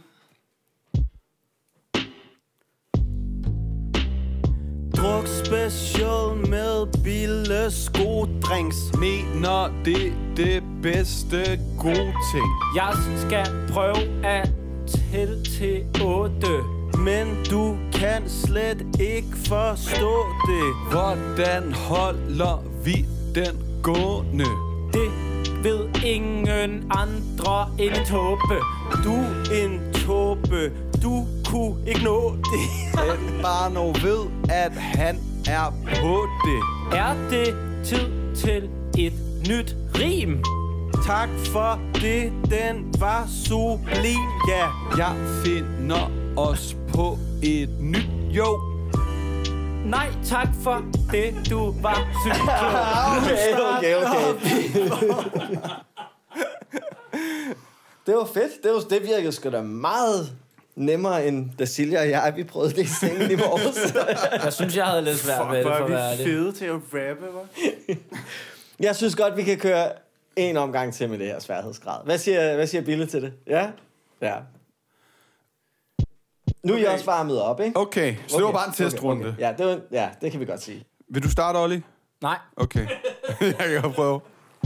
Druk special med Bille Skodrinks. Mener det det bedste gode ting. Jeg skal prøve at tælle til otte. Men du kan slet ikke forstå det. Hvordan holder vi den gående? Det ved ingen andre end en tåbe. Du en tåbe. Du kunne ikke nå det. El Barno ved, at han er på det. Er det tid til et nyt rim? Tak for det, den var sublim, ja. Jeg finder os på et nyt jo. nej tak for det, du var sygt klog. Okay, okay, okay. Det var fedt. Det, var, det virkede sgu da meget nemmere end da Silja og jeg, vi prøvede det i sengen i morges. Jeg synes, jeg havde lidt svært med det, for at være det. Fede til at rappe, hva'? Jeg synes godt, vi kan køre en omgang til med det her sværhedsgrad. Hvad siger, hvad siger Bille til det? Ja? Ja. Nu er I også varmet op, ikke? Okay, så okay. Det var bare en testrunde. Okay, okay. Ja, det var, ja, det kan vi godt sige. Vil du starte, Olli? Nej. Okay. Jeg kan godt prøve.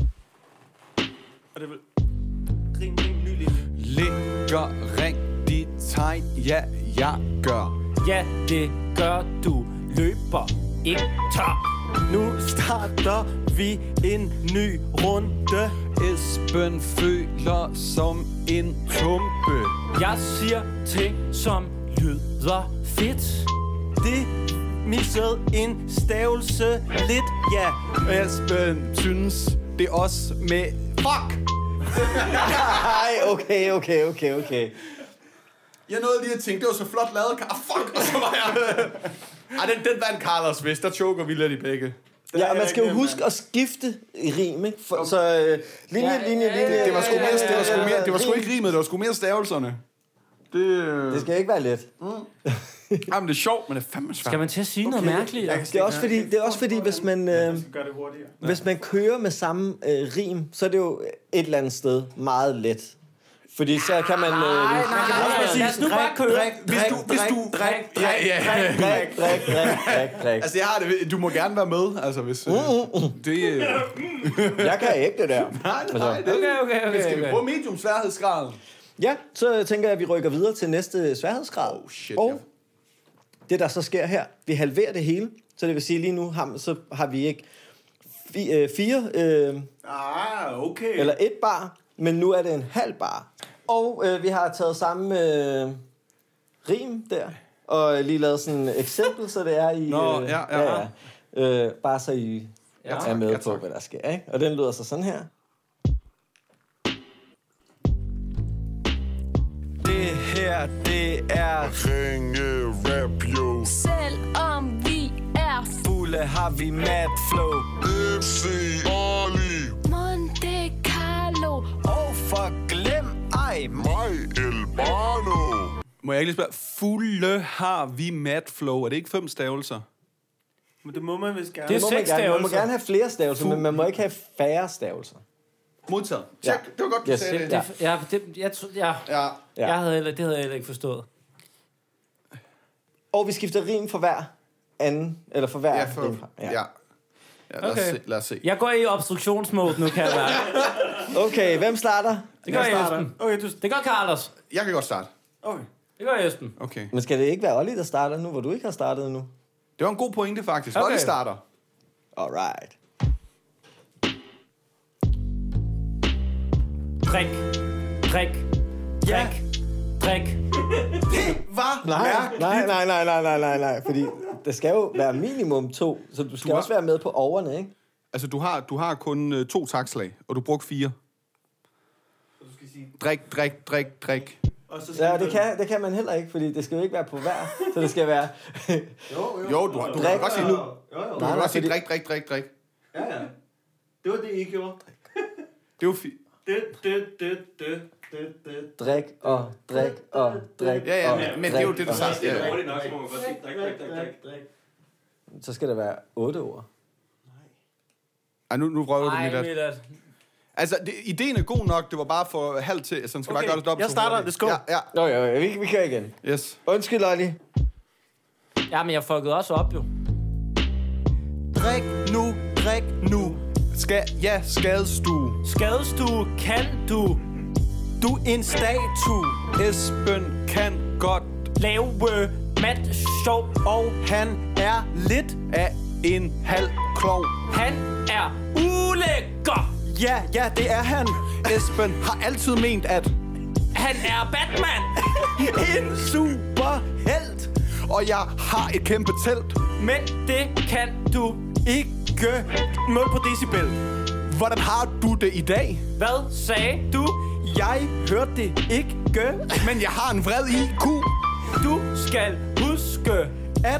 Og det vil... Ring, ring, ny linje. Ligger rigtig tight, ja, jeg gør. Ja, det gør du. Løber ikke tør. Nu starter vi en ny runde. Esben føler som en tumpe. Jeg siger ting, som lyder fedt. Det missede en stavelse lidt, ja. Esben synes det også med... Fuck! Ej, okay, okay, okay, okay. Jeg nåede lige at tænke, det var så flot lavet. Ah, fuck! Og så var jeg... Ej, den, den vandt Carlos vist. Der choker vi lidt i begge. Ja, og man skal jo huske at skifte i rim, ikke? For, så øh, linje, linje, linje... Det var sgu mere, det var sgu mere, det var sgu ikke rimet, det var sgu mere stavelserne. Det, øh... det skal ikke være let. Mm. Jamen, det er sjovt, men det er fandme svært. Skal man til at sige okay. noget mærkeligt? Ja. Det er også fordi, det er også fordi hvis man øh, hvis man kører med samme øh, rim, så er det jo et eller andet sted meget let. Fordi så kan man... Øh, nej, nej, nej, lad os nu bare køre. Hvis du... Hvis du drik, drik, drik, drik, drik, drik, drik. Altså, jeg har det... Du må gerne være med, altså, hvis... Øh, det... Øh... Jeg kan ikke det der. Nej, nej, det... Okay, okay, okay. Skal vi prøve medium sværhedsgrad? Ja, så tænker jeg, at vi rykker videre til næste sværhedsgrad. Oh, shit, og ja. det, der så sker her, vi halverer det hele. Så det vil sige, lige nu har, så har vi ikke fi, øh, fire... Øh, ah, okay. Eller et bar, men nu er det en halv bar. Og øh, vi har taget samme øh, rim der, og lige lavet sådan et eksempel, så det er i... Nå, øh, ja, ja. ja, ja. Øh, bare så I ja, er med på, hvad der sker, ikke? Og den lyder så sådan her. Det her, det er Ringe rap, jo. Selvom vi er fulde, har vi mad flow. M C Olli, Monte Carlo. Og for glem ej mig Elbano. Må jeg ikke lige spørge? Fulde har vi mad flow. Er det ikke fem stavelser? Men det må man vist gerne. Det er Det må man seks gerne. Man må stavelser. gerne have flere stavelser, men man må ikke have færre stavelser. Modtaget. Check. Ja. Det var godt, du Yes. sagde det. Det, ja, det, jeg, jeg, Ja. Ja. jeg havde heller, det havde jeg heller ikke forstået. Og vi skifter rim for hver anden, eller for hver Ja, for, rim. ja. ja. ja lad, Okay. os se, lad os se. Jeg går i obstruktionsmode nu, kan jeg være. Okay, hvem starter? Det gør Jeg jeg starter. Esben. Okay, du... Det gør Carlos. Jeg kan godt starte. Okay. Det gør Esben. Okay. Men skal det ikke være Olli, der starter nu, hvor du ikke har startet endnu? Det var en god pointe, faktisk. Okay. Olli starter. Alright. Drik. Drik. Ja. Drik. Drik. Det var Nej, nej, nej, nej, nej, nej, nej, nej, fordi det skal jo være minimum to, så du skal Du har- også være med på overne, ikke? Altså, du har, du har kun uh, to takslag, og du brugte fire. Du skal sige... Drik, drik, drik, drik. Og så Ja, det kan, det kan man heller ikke, fordi det skal jo ikke være på hver, så det skal være... Jo, jo. Jo, du, du, du Drik. kan godt sige nu. Jo, jo. Du Nej, kan nej, godt sige fordi- drik, drik, drik, drik. Ja, ja. Det var det, I gjorde. Det er jo fint. Det, det, det, det, det, det. Drik og drik og drik Ja, ja, og men, men det er jo det, der drik sagt. Ja. Hurtigt nok, så må man godt sige, drik, drik, drik, drik, drik. og- Så skal der være otte ord. Ej, nu, nu prøver du Ej, lidt at... Milad. Altså, det, ideen er god nok. Det var bare for halv til, så den skal Okay, bare gøre det dobbelt jeg så starter. hurtigt. Let's go. Ja, ja. Jo, jo, jo, vi, vi kører igen. Yes. Undskyld, Olli. Ja, men jeg fuckede også op, jo. Drik nu, drik nu. Skal, ja, skadestue. Skadestue kan du Du er en statue. Esben kan godt lave mat sjov, Og han er lidt... af en halv klov. han er ulækker. Ja, ja, det er han. Esben har altid ment, at Han er Batman. En superhelt. og jeg har et kæmpe telt. Men det kan du. Ikke mål på decibel. Hvordan har du det i dag? Hvad sagde du? Jeg hørte det ikke. Men jeg har en vred I Q. Du skal huske, At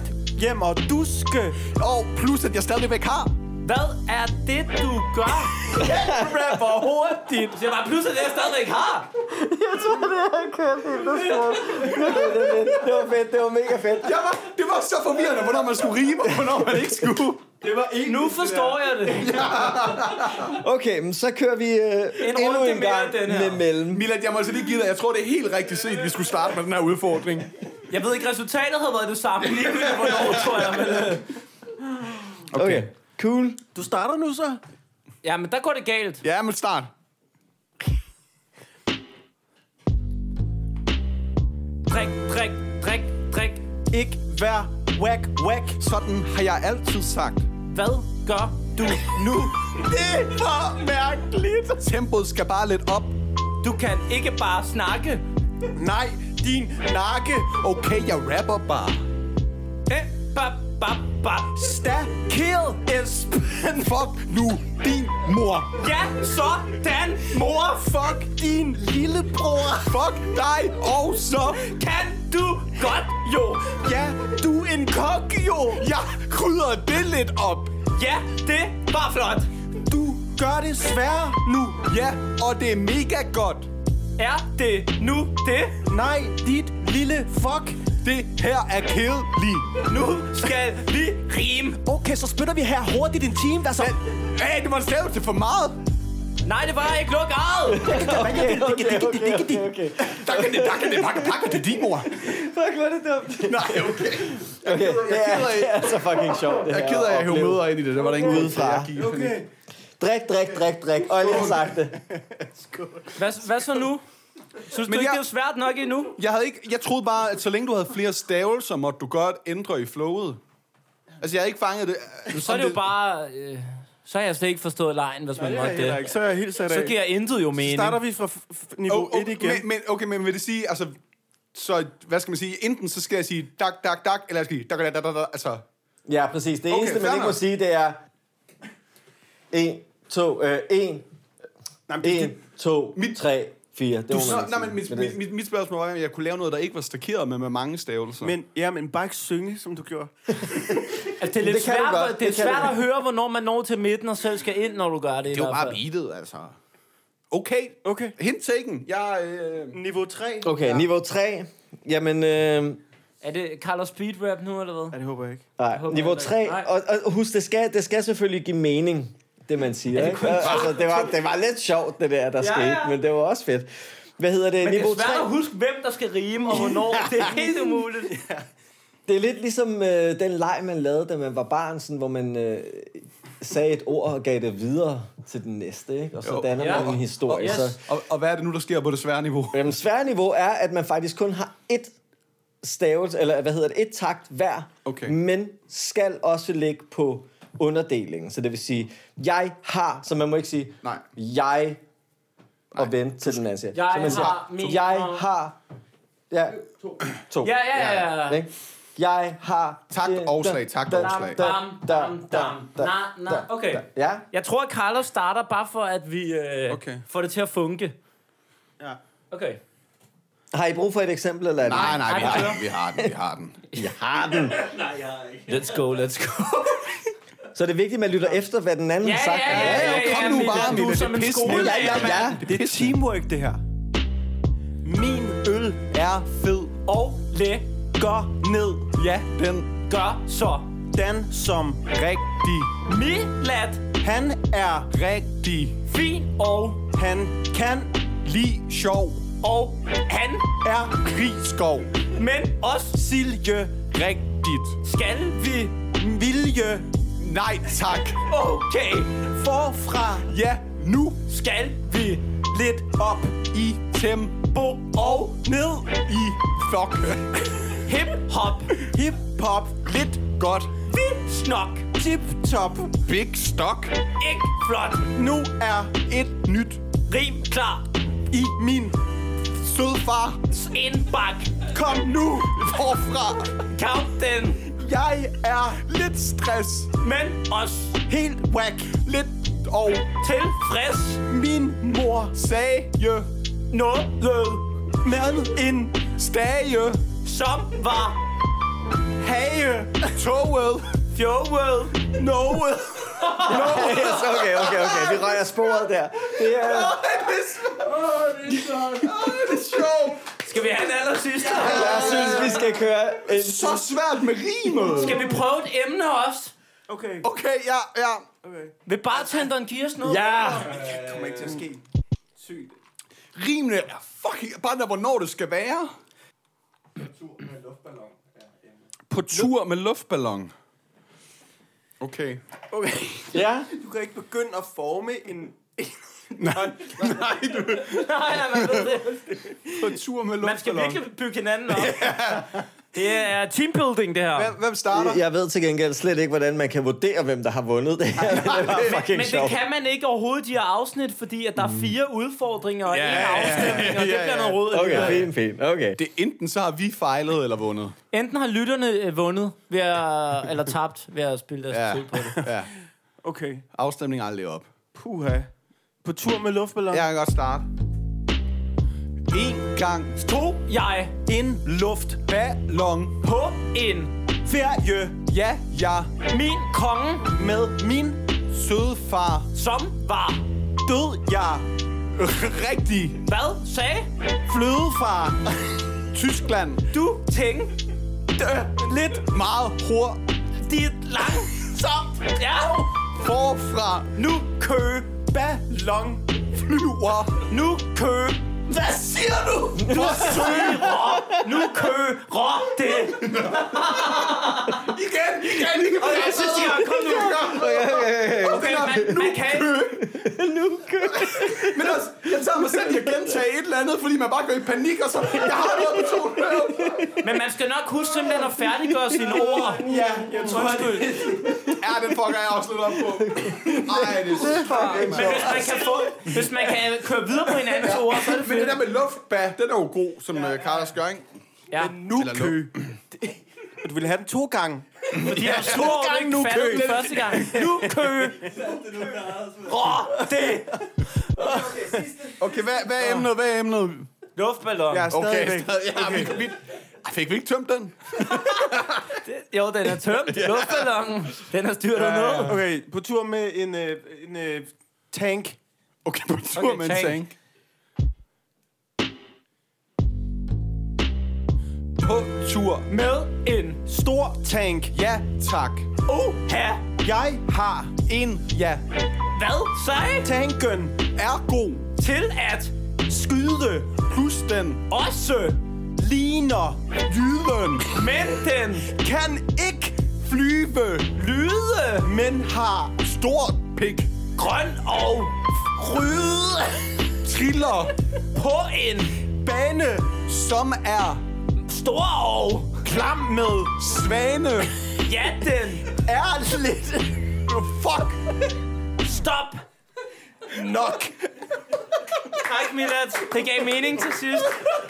hjem og duske. Og plus, at jeg stadigvæk har. Hvad er det, du gør? Rapper hurtigt. Så jeg bare plus, at jeg stadigvæk har. Jeg tror, det er kørt helt og skål. Det var fedt, det var mega fedt. Jeg var, det var så forvirrende, hvornår man skulle rime, og hvornår man ikke skulle. Det var ikke Nu forstår jeg det. Okay, men så kører vi øh, En endnu runde en mere gang den her. med mellem. Milad, jeg må altså lige give dig, jeg tror, det er helt rigtigt set, at vi skulle starte med den her udfordring. Jeg ved ikke, resultatet havde været det samme. Ligegyldigt hvornår, tror jeg. Men, øh. Okay. okay, cool. Du starter nu så? Ja, men der går det galt. Ja, men start. Drik, drik, drik, drik. Ikke vær whack, whack. Sådan har jeg altid sagt. Hvad gør du nu? Det er for mærkeligt. Tempoet skal bare lidt op. Du kan ikke bare snakke. Nej, din nakke. Okay, jeg rapper bare. Eh, bap, bap, bap. Sta kill Esben. Fuck nu din mor. Ja, sådan, mor. Fuck din lillebror. Fuck dig og så Kan du godt, jo. ja, du er en kok jo. Jeg krydder det lidt op. Ja, det var flot. Du gør det svært nu. Ja, og det er mega godt. Er det nu det? Nej, dit lille fuck. Det her er kedeligt. Nu skal vi rime. Okay, så spytter vi her hurtigt en time. Der så... Hey, du må stave til for meget. Nej, det var ikke luk ejet. Okay, okay, okay, okay, okay. Der kan det, der kan det, pakke, pakke til din mor. Fuck, hvor er det dumt. Nej, okay. Okay, det er, det er så fucking sjovt, det her. Jeg er ked af, at jeg hævde møder ind i det. Der var der ingen udefra. Okay. Drik, drik, drik, drik. Og jeg lige har sagt det. Hvad, hvad så nu? Synes Men du ikke, jeg- det er svært nok endnu? Jeg, havde ikke, jeg troede bare, at så længe du havde flere stavelser, måtte du godt ændre i flowet. Altså, jeg har ikke fanget det. Så er det jo bare... Øh, så har jeg slet ikke forstået lejen, hvis man Nej, måtte det er det. ikke. Så er jeg helt sat af. Så giver intet jo mening. Starter vi fra f- f- niveau Oh, et igen. Men, men, okay, men vil det sige, altså... Så, hvad skal man sige? Enten så skal jeg sige dak, dak, dak, eller jeg skal sige dak, dak, dak, dak, dak, altså... Ja, præcis. Det Okay, eneste, man fair ikke må nok. sige, det er... En, to, øh, en, Nej, men det- en, to, Mit- tre, fire. Det Du, må så, man ikke nej, men sige. mit, Men det- mit, mit, mit spørgsmål var, om jeg kunne lave noget, der ikke var stakeret med, med mange stavelser. Men, ja, men bare ikke synge, som du gjorde. Altså, det er lidt Det kan du svært, godt. det er Det kan svært du at høre, hvornår man når til midten og selv skal ind, når du gør det. det er jo bare beatet, altså. Okay, Okay. hint taken. Jeg, øh... Niveau tre. Okay, Ja. niveau tre. Jamen, øh, Er det Carlos Speed Rap nu, eller hvad? Ja, det håber jeg ikke. nej, håber niveau jeg tre. ikke. Nej. Og, og husk, det skal, det skal selvfølgelig give mening, det man siger. Er det Ikke? kun- Altså, det, var, det var lidt sjovt, det der, der Ja, skete, ja. men det var også fedt. Hvad hedder det? Men det niveau er svært tre. at huske, hvem der skal rime og hvornår. Det er helt umuligt. Det er lidt ligesom øh, den leg, man lavede, da man var barn, sådan, hvor man øh, sagde et ord og gav det videre til den næste, ikke? Og så Jo. danner Ja. man en historie. Yes. Så, Og, og hvad er det nu, der sker på det svære niveau? jamen, svære niveau er, at man faktisk kun har ét stavelse, eller hvad hedder det, et takt hver, Okay. men skal også ligge på underdelingen. Så det vil sige, jeg har, så man må ikke sige, Nej. jeg, og vente til den anden siger. Jeg så man siger, har min- jeg har, ja, to. Ja, ja, ja. ja. Ikke? Jeg har... Tak, det- afslag, da- tak, da- afslag. da- Dam, da- dam, da- dam. da- Na, na. da- Okay. da- Ja, Jeg tror, at Carlos starter bare for, at vi øh, Okay. får det til at funke. Ja. Okay. har I brug for et eksempel, eller er det? Nej, nej, vi Nej, har vi den, vi har den, vi har den. Jeg har den. Let's go, let's go. Så er det vigtigt, at man lytter efter, hvad den anden Ja, har sagt. ja, ja, ja, ja, kom ja, nu Mille, bare, du Mille, er det som er en pis, skole. Mille. Ja, ja, ja. Det er teamwork, det her. Min øl er fed. Og lægger ned. Ja, den Gør så. Dan som rigtig. Milad. Han er Rigtig Fin og Han kan lige sjov. og han. er Rigskov. Men også Silje. Rigtigt. skal vi. Vilje. Nej, tak. Okay. Forfra. Ja, nu Skal vi. Lidt op. i tempo Og ned i fuck. hip hop. Hip hop. Lidt godt. Vi snok. Tip top. Big stock. Ikke flot. Nu er Et nyt Rim klar. i min sødfar. Indbak. kom nu. Forfra. Count den. Jeg er Lidt stress. Men også helt whack. Lidt og tilfreds. Min mor sage Noget, med en stage. som var Hage. Toget. Fjoget. Noget. Yes, okay, okay, okay. Vi røger sporet der. Det er... Åh, det er så... Åh, det er så... Åh, det er sjovt. Skal vi have en aller sidste? Jeg synes, vi skal køre... En... Så svært med rimet. Skal vi prøve et emne også? Okay. Okay, ja, ja. Okay. Vil bartenderen give os noget? Ja. Det kommer ikke til at ske. Sygt. Rimene er fucking... Bare der, hvornår det skal være. På tur med luftballon. På tur med luftballon. Okay. Okay. Ja. Du kan ikke begynde at forme en... Nej, nej, du... Nej, man ved det. På tur med luftballon. Man skal virkelig bygge hinanden op. Yeah. Det er teambuilding, det her. Hvem, hvem starter? Jeg ved til gengæld slet ikke, hvordan man kan vurdere, hvem der har vundet det her. Det var fucking Men sjovt. det kan man ikke overhovedet, de her afsnit, fordi at der er fire udfordringer og en Ja, ja, ja, afstemning, og det ja, ja. bliver noget råd. Okay, fint, fint. Okay. Det er enten så har vi fejlet eller vundet. Enten har lytterne øh, vundet, ved at, eller tabt ved at spille deres Ja. tid på det. Ja. Okay. Afstemning aldrig op. Puha. På tur med luftballon. Jeg kan godt starte. En gang To, jeg En luftballon. på en Ferie. ja, ja, min konge, Med min søde far. som var død. Jeg. Rigtig hvad sagde Flødefar. Tyskland. du tænkte Lidt meget hurtigt. dit langsomt? Ja, Forfra nu kø, Ballon. flyver. nu kø. Hvad siger du? Du søger, nu kø, rå det. Igen, igen, igen. Og jeg synes, de har kommet nu. Okay, man, man kan Men også, jeg tager mig selv i at gentage et eller andet, fordi man bare går i panik, og så... Jeg har noget på to. Men man skal nok huske simpelthen at færdiggøre sine ord. Ja, jeg tror, Undskyld. Ja, den fucker jeg også lidt op på. Ej, det er fucking Men hvis man kan få, hvis man kan køre videre på hinandens ord, så er det Men det fedt. der med luftbag, den er jo god, som uh, Carlos gør, ikke? Ja, nu Eller kø. Du ville have den to gange. de har to gange nu kø. Den første gang. Nu kø. Rå det. Okay, hvad, hvad er emnet? Hvad er emnet? Luftballon. Jeg er Okay, stadigvæk. stadig, ja, vi, vi, Ej, fik vi ikke tømt den? Jo, den er tømt. Luftballonen. Den har styrt ja, noget. Okay, på tur med en, øh, en øh, tank. Okay, på tur Okay, med en tank. tank. På tur. Med en Stor tank. Ja, tak. oh her. Jeg har En ja Hvad sagde tanken er god. til at skyde Plus den også, ligner lyden. men den kan ikke Flyve. lyde men har Stort pik. grøn og røde Triller. på en bane Som er stor og klam med svane. ja, den er lidt Fuck. stop. nok. Tak, Milad. Det gav mening til sidst.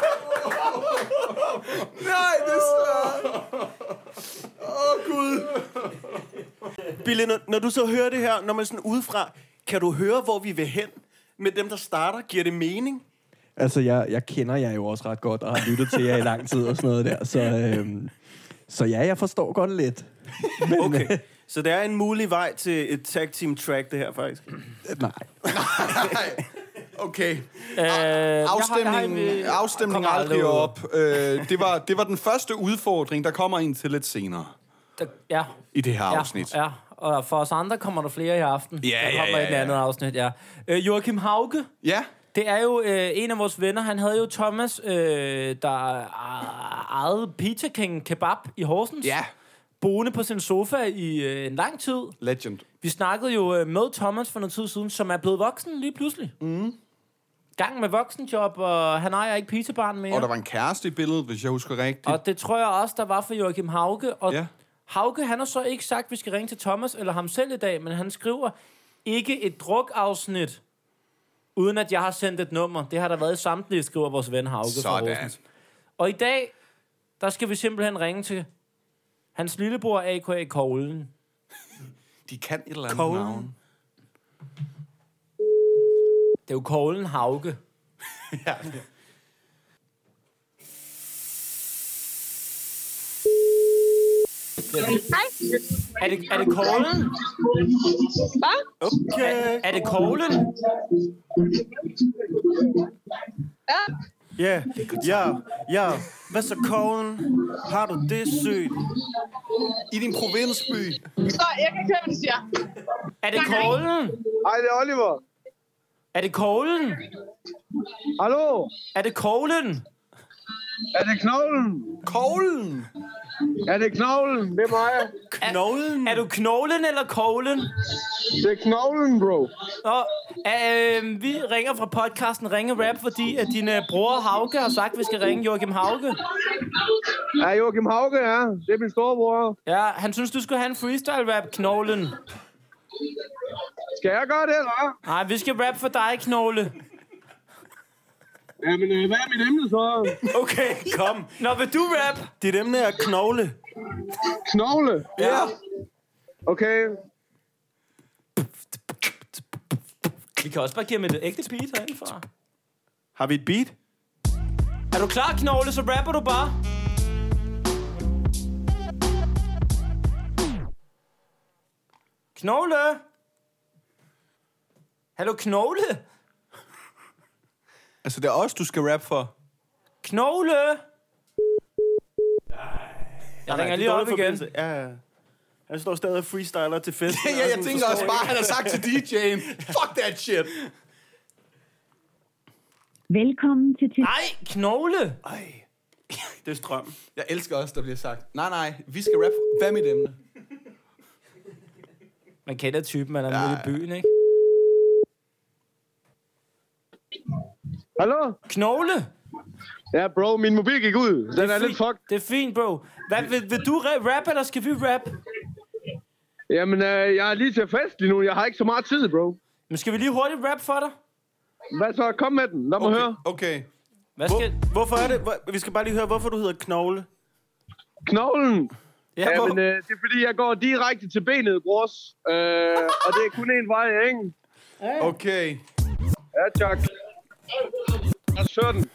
Nej, det er svært. Åh, oh, Gud. Bille, når, når du så hører det her, når man sådan udefra, kan du høre, hvor vi vil hen med dem, der starter? Giver det mening? Altså, jeg, jeg kender jer jo også ret godt, og har lyttet til jer i lang tid og sådan noget der. Så, øhm, så ja, jeg forstår godt lidt. Men, Okay. Så det er en mulig vej til et tag team track, det her faktisk. øh, nej. Nej. Okay. Øh, Afstemningen, jeg har- jeg har- afstemningen kommer aldrig aldrig ud. op. Øh, det, var, det var den første udfordring, der kommer en til lidt senere Der- Ja, i det her ja, afsnit. ja. Og for os andre kommer der flere i aften. Ja, der ja, kommer ja, et ja. andet afsnit, ja. Øh, Joachim Hauge, Ja, det er jo øh, en af vores venner. Han havde jo Thomas, øh, der ejede Pizza King Kebab i Horsens. ja. Boende på sin sofa i øh, en lang tid. Legend. Vi snakkede jo øh, med Thomas for noget tid siden, som er blevet voksen lige pludselig. Mm. Gang med voksenjob, og han ejer ikke pizzabarn mere. Og der var en kæreste i billedet, hvis jeg husker rigtigt. Og det tror jeg også, der var for Joachim Hauge. Og Ja. Hauge, han har så ikke sagt, at vi skal ringe til Thomas eller ham selv i dag, men han skriver, ikke et drukafsnit, uden at jeg har sendt et nummer. Det har der været i samtlige, skriver vores ven Hauge fra Sådan. Horsens. Og i dag, der skal vi simpelthen ringe til hans lillebror, a k a. Koglen. De kan et eller andet Koglen. navn. Det er jo Koglen Hauge. Ja. Hej. Er det, er det koglen? Hvad? Okay. Er, er det koglen? Ja. Ja, ja, ja. Hvad så, Koglen? Har du det sygt? I din provinsby. Så, jeg kan ikke høre, hvad du siger. Er det koglen? Hej, det er Oliver. Er det koglen? Hallo? Er det koglen? Er det knoglen? Koglen? Er det knoglen? Det er mig. Knoglen? Er, er du knoglen eller koglen? Det er knoglen, bro. Nå, øh, vi ringer fra podcasten Ringe Rap, fordi at din øh, bror Hauke har sagt, at vi skal ringe Joachim Hauke. Ja, Joachim Hauke, ja. Det er min storebror. Ja, han synes, du skulle have en freestyle-rap, knoglen. Skal jeg gøre det, eller? Nej, vi skal rap for dig, knogle. Jamen, øh, hvad er mit emne så? Okay, kom. Nå, vil du rap? Dit emne er knogle. Knogle? Ja. Okay. Vi kan også bare give ham et ægte beat herindefra. Har vi et beat? Er du klar, knogle, så rapper du bare. Knogle? Hallo, knogle? Altså, det er os, du skal rap for. Knogle? Jeg ringer lige op igen. Ja, ja. Han står stadig og freestyler til fest. Ja, jeg tænker også bare, han har sagt til D J'en. Fuck that shit. Velkommen til... til- Nej, knogle! Ej. Det er strøm. Jeg elsker også, der bliver sagt. Nej, nej, vi skal rap. Hvad er mit emne? Man kender typen, man er ja, ja. i byen, ikke? Hallo? Knogle? Ja, bro, min mobil gik ud. Den Det er, er, er lidt fucked. Det er fint, bro. Hvad, vil, vil du rap, eller skal vi rap? Jamen, øh, jeg er lige til fest lige nu. Jeg har ikke så meget tid, bro. Men skal vi lige hurtigt rap for dig? Hvad så? Kom med den. Lad mig okay, høre. Okay. Hvad skal... Hvor, hvorfor er det? Hvor, vi skal bare lige høre, hvorfor du hedder Knogle. Knoglen? Ja, ja hvor... men øh, det er fordi, jeg går direkte til benet, brors. Øh, og det er kun én vej, ikke? Okay. Ja, tak. Jeg så den.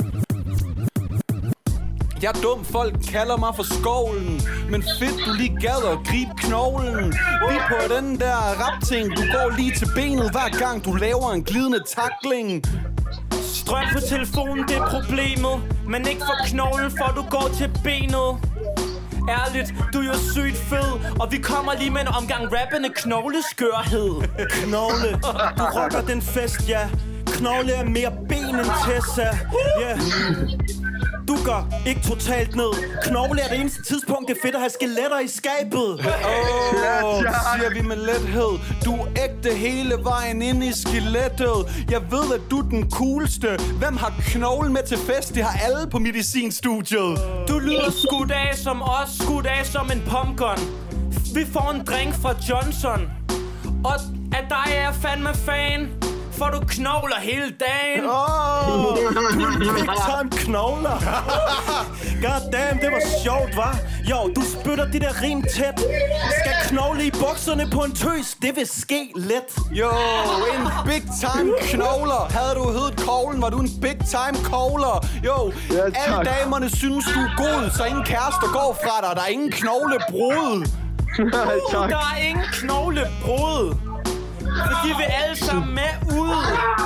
Jeg er dum, folk kalder mig for skovlen. Men fedt, du lige gad at gribe knoglen. Vi på den der rap-ting. Du går lige til benet hver gang du laver en glidende tackling. Strøm på telefonen, det er problemet. Men ikke for knoglen, for du går til benet. Ærligt, du er jo sygt fed. Og vi kommer lige med en omgang rappende knogleskørhed. Knogle, du rocker den fest, ja. Knogle er mere ben end Tessa. Ja. Yeah. Du går ikke totalt ned. Knogle er det eneste tidspunkt, det er fedt at have skeletter i skabet. Åh, oh, det siger vi med lethed. Du er ægte hele vejen ind i skelettet. Jeg ved, at du er den coolste. Hvem har knoglen med til fest? Det har alle på medicinstudiet. Du lyder skudt af som os, skudt af som en pumpgun. Vi får en drink fra Johnson. Og af dig er jeg fandme fan. For du knogler hele dagen. Åh, oh, big time knogler. God damn, det var sjovt, hva'? Jo, du spytter det der rim tæt. Skal knogle i bukserne på en tøs, det vil ske let. Jo, en big time knogler. Havde du heddet koglen, var du en big time kogler. Jo, ja, alle damerne synes du er god, så ingen kærester går fra dig. Der er ingen knoglebrud. Uh, der er ingen knoglebrud. For de vil alle sammen med ud.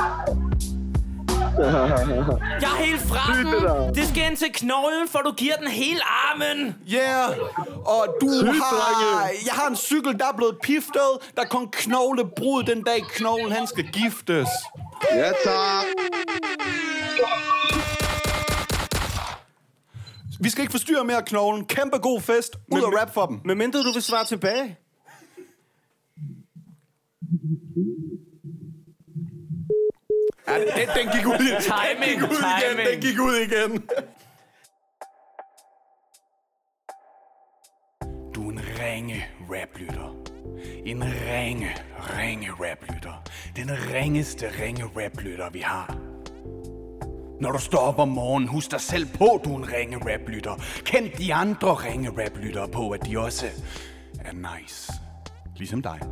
Jeg er helt fra den. Det skal ind til knoglen, for du giver den hele armen. Yeah, og du har... Jeg har en cykel, der er blevet piftet. Der er kun knoglebrud den dag knoglen, han skal giftes. Ja, tak. Vi skal ikke forstyrre mere knoglen. Kæmpe god fest. Ud og rap for dem. Men mindre du vil svare tilbage. Ja, den, den gik ud igen. Timing, den gik ud timing. igen. Den gik ud igen. Du er en ringe raplytter. En ringe, ringe raplytter. Den ringeste ringe raplytter, vi har. Når du står op om morgenen, husk dig selv på, du er en ringe raplytter. Kend de andre ringe raplyttere på, at de også er nice. Ligesom dig.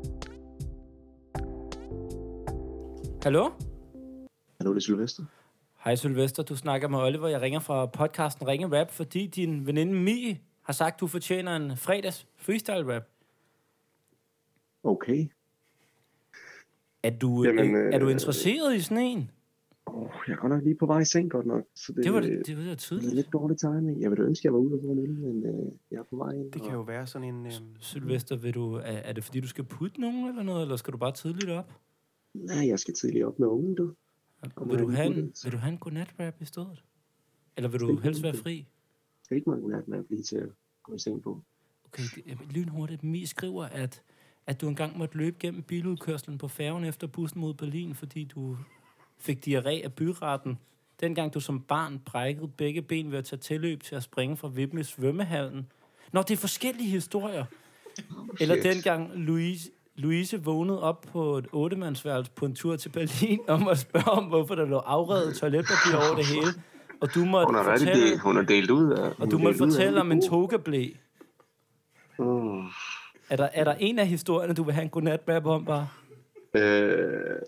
Hallo? Hallo, det er Sylvester. Hej Sylvester, du snakker med Oliver. Jeg ringer fra podcasten Ringe Rap, fordi din veninde Mi har sagt, du fortjener en fredags freestyle-rap. Okay. Er du, Jamen, øh, er du øh, interesseret i sådan en? Oh, jeg er godt nok lige på vej i seng, godt nok. Så det, Det var det, det var det tydeligt. det er lidt dårlig timing. Jeg ville ønske, jeg var ude og få en øl, men øh, jeg er på vej ind. Det kan jo være sådan en... Øh... Sylvester, vil du, er, er det fordi, du skal putte nogen eller noget, eller skal du bare tidligt op? Nej, jeg skal tidligt op med ungen, du. Vil du, have en, vil du have en godnat-rap i stedet? Eller vil du helst være fri? Skal ikke mange godnat med at blive til at gå i seng på. Okay, det, lynhurtigt. Mi skriver, at, at du engang måtte løbe gennem biludkørslen på færgen efter bussen mod Berlin, fordi du fik diarré af byretten. Dengang du som barn brækkede begge ben ved at tage tilløb til at springe fra vippen i svømmehallen. Nå, det er forskellige historier. Oh, Eller dengang Louise, Louise vågnede op på et ottemandsværelse på en tur til Berlin om at spørge om, hvorfor der lå afredet toiletpapir over det hele. Og du måtte Hun er fortælle, del, hun er delt ud af... og du måtte fortælle om en togeblæ. Uh. Er der, er der en af historierne, du vil have en godnat-rap om, bare? Øh...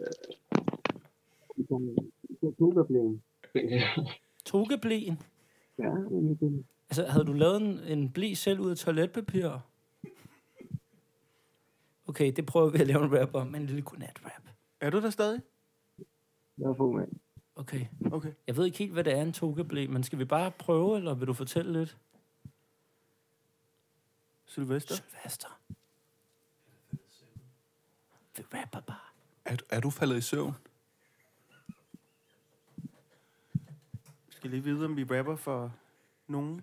Togeblæen. Togeblæen? Ja, men... Altså, havde du lavet en, en blæ selv ud af toiletpapir? Okay, det prøver vi at lave en rap om, en lille godnat-rap. Er du der stadig? Jeg er få, mand. Okay. Okay. Jeg ved ikke helt, hvad det er en togeblæ, men skal vi bare prøve, eller vil du fortælle lidt? Sylvester? Sylvester. Vi rapper bare. Er, er du faldet i søvn? Jeg skal lige vide, om vi rapper for nogen.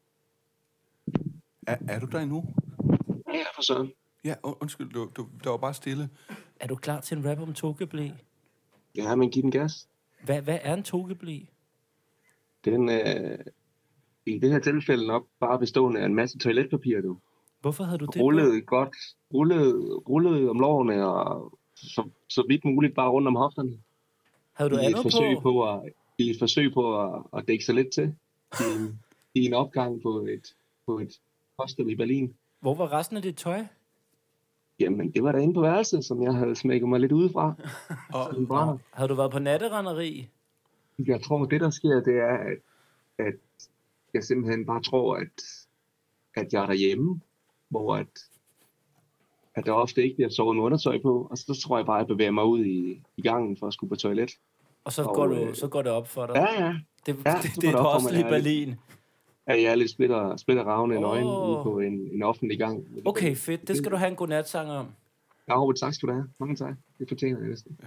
Er, er du der endnu? Ja, for sådan. Ja, und, undskyld, du, du, der var bare stille. Er du klar til en rap om togeblæ? Ja, men giv den gas. Hvad, hvad er en togeblæ? Den øh, i det her tilfælde nok bare bestående af en masse toiletpapir, du. Hvorfor havde du det? Rullet godt, rullet, rullet om lårene og så, så vidt muligt bare rundt om hofterne. Havde du I andet et forsøg på? på at, I et forsøg på at, at dække sig lidt til i en, i en opgang på et, på et hostel i Berlin. Hvor var resten af dit tøj? Jamen, det var derinde på værelset, som jeg havde smækket mig lidt udefra. Og, og, havde du været på natterenderi? Jeg tror, det der sker, det er, at, at jeg simpelthen bare tror, at, at jeg er derhjemme, hvor at, at der ofte ikke bliver sovet med undertøj på, og så tror jeg bare, at jeg bevæger mig ud i, i gangen for at skulle på toilet. Og så, og, går, du, øh, så går det op for dig? Ja, ja. Det, ja, det, det, det er et hostel i Berlin. Ja, jeg er lidt splitter, splitter ravne i Åh. øjnene ude på en, en offentlig gang. Okay, fedt. Det skal du have en godnatsang om. Ja, Robert, tak skal du have. Mange tak. Det fortjener jeg næsten.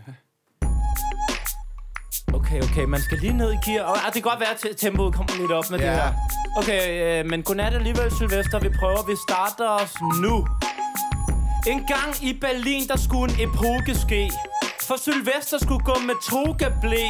Okay, okay. Man skal lige ned i gear. Og, ah, det kan godt være, at tempoet kommer lidt op med Ja. det her. Okay, øh, men godnat alligevel, Sylvester. Vi prøver. Vi starter os nu. En gang i Berlin, der skulle en epoke ske. For Sylvester skulle gå med togeblæ.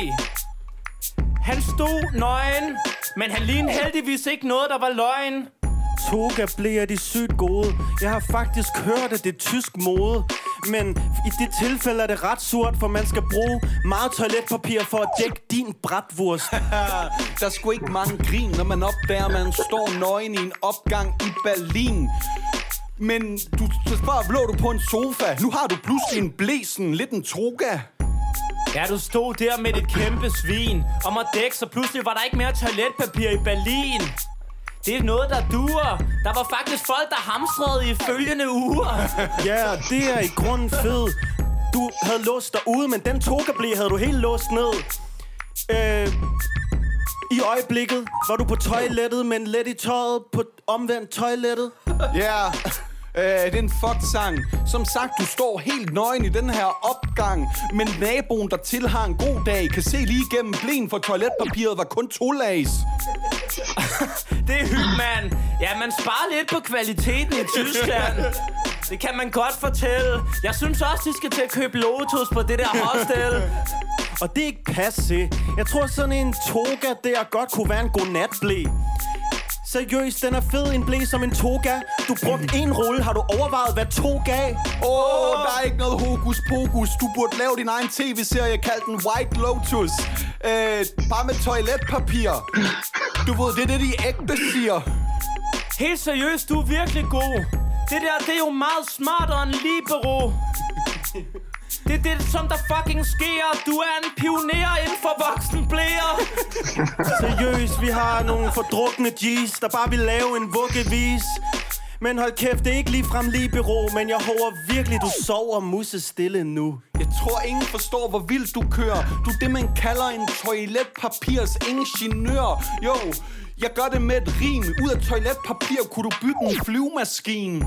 Han stod nøgen, men han lignede heldigvis ikke noget, der var løgn. Togeblæ er de sygt gode. Jeg har faktisk hørt, at det er tysk mode. Men i det tilfælde er det ret surt, for man skal bruge meget toiletpapir for at dække din bratwurst. Der er sgu ikke mange grin, når man opdager, at man står nøgen i en opgang i Berlin. Men du spørger, lå du på en sofa? Nu har du pludselig en blæsen, lidt en toga. Ja, du stod der med et kæmpe svin om at dække, så pludselig var der ikke mere toiletpapir i Berlin. Det er noget, der duer. Der var faktisk folk, der hamstrede i følgende uger. Ja, det er i grunden fed. Du havde låst dig ude, men den togeblæ havde du helt låst ned. Øh, I øjeblikket var du på toilettet, men let i tøjet på omvendt toilettet. Ja, yeah. øh, det er en fuck-sang. Som sagt, du står helt nøgen i den her opgang. Men naboen, der til har en god dag, kan se lige igennem blæen, for toiletpapiret var kun to lags. Det er hygge, mand. Ja, man sparer lidt på kvaliteten i Tyskland. Det kan man godt fortælle. Jeg synes også, de skal til at købe Lotus på det der hostel. Og det er ikke passe. Jeg tror sådan en toga der godt kunne være en godnatblæ. Seriøst, den er fed, en blæ som en toga. Du brugte en rulle, har du overvejet, hvad to gav? Åh, oh, der er ikke noget hokus pokus. Du burde lave din egen tv-serie, kaldt den White Lotus. Øh, bare med toiletpapir. Du ved, det er det, de ægte siger. Helt seriøst, du er virkelig god. Det der, det er jo meget smartere end libero. Det er det, som der fucking sker. Du er en pioner inden for voksenblæer. Seriøst, vi har nogle fordrukne G's, der bare vil lave en vuggevis. Men hold kæft, det er ikke ligefrem libero, men jeg håber virkelig, du sover musestille nu. Jeg tror, ingen forstår, hvor vildt du kører. Du er det, man kalder en toiletpapirs ingeniør. Jo, jeg gør det med et rim. Ud af toiletpapir kunne du bygge en flyvemaskine.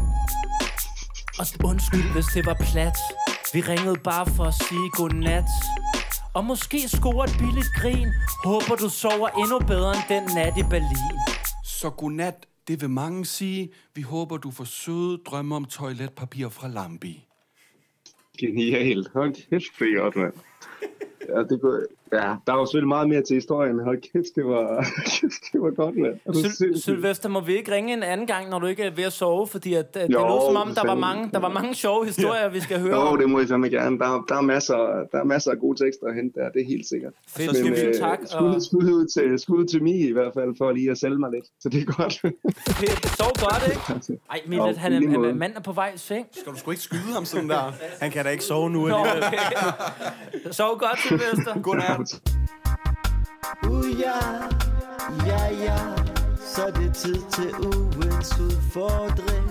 Og undskyld, hvis det var plat. Vi ringede bare for at sige godnat. Og måske score et billigt grin. Håber, du sover endnu bedre end den nat i Berlin. Så godnat, det vil mange sige. Vi håber, du får søde drømme om toiletpapir fra Lambi. Genialt. Hold kæft, det er godt, mand. Ja, det går... Ja, der er jo selvfølgelig meget mere til historien. Hold kæft, det var, det var godt, mand. Syl- Sylvester, må vi ikke ringe en anden gang, når du ikke er ved at sove? Fordi at, at jo, det lød som om, der var, mange, der var mange sjove historier, ja. vi skal høre. Jo, det må jeg simpelthen gerne. Der, der, er masser, der er masser af gode tekster at hente der, det er helt sikkert. Fedt, Men, øh, tak. Skud, skud, ud til, skud ud til Mie i hvert fald, for lige at sælge mig lidt. Så det er godt. Fedt, sov godt, ikke? Ej, Millet, han er, er mand er på vej i seng. Skal du sgu ikke skyde ham sådan der? Han kan da ikke sove nu. Nå, okay. Sov godt, Sylvester. Godnat. Uh, ja, ja, ja, så det er tid til ugens udfordring.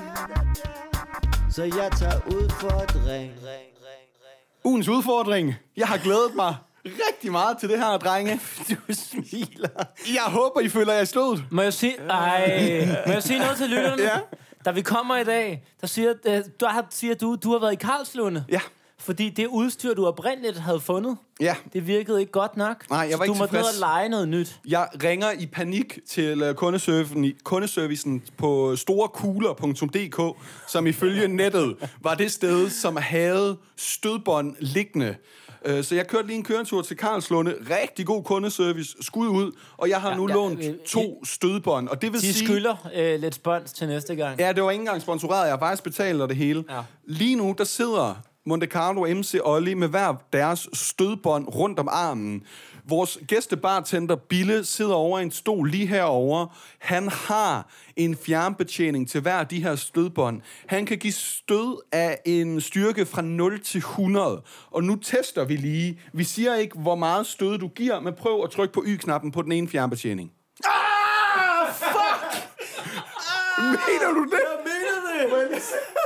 Så jeg tager udfordring. Ugens udfordring. Jeg har glædet mig rigtig meget til det her, drenge. Du smiler. Jeg håber, I føler jer slået. Må jeg sige, ej, må jeg sige noget til lytterne? Ja. Da vi kommer i dag, der siger, du har, siger du, du har været i Karlslunde. Ja. Fordi det udstyr, du oprindeligt havde fundet, ja. det virkede ikke godt nok. Nej, jeg var så ikke du måtte ned og lege noget nyt. Jeg ringer i panik til kundeservicen, kundeservicen på storekugler punktum d k, som ifølge nettet var det sted, som havde stødbånd liggende. Så jeg kørte lige en køretur til Karlslunde. Rigtig god kundeservice. Skud ud. Og jeg har ja, nu ja, lånt ja, to stødbånd. Og det vil de sige... skylder øh, lidt spons til næste gang. Ja, det var ikke engang sponsoreret. Jeg har faktisk betalt det hele. Ja. Lige nu, der sidder Monte Carlo og M C Olli med hver deres stødbånd rundt om armen. Vores gæstebartender Bille sidder over en stol lige herovre. Han har en fjernbetjening til hver af de her stødbånd. Han kan give stød af en styrke fra nul til hundrede. Og nu tester vi lige. Vi siger ikke, hvor meget stød du giver, men prøv at trykke på Y-knappen på den ene fjernbetjening. Ah, fuck! Ah, mener du det? Jeg mener det!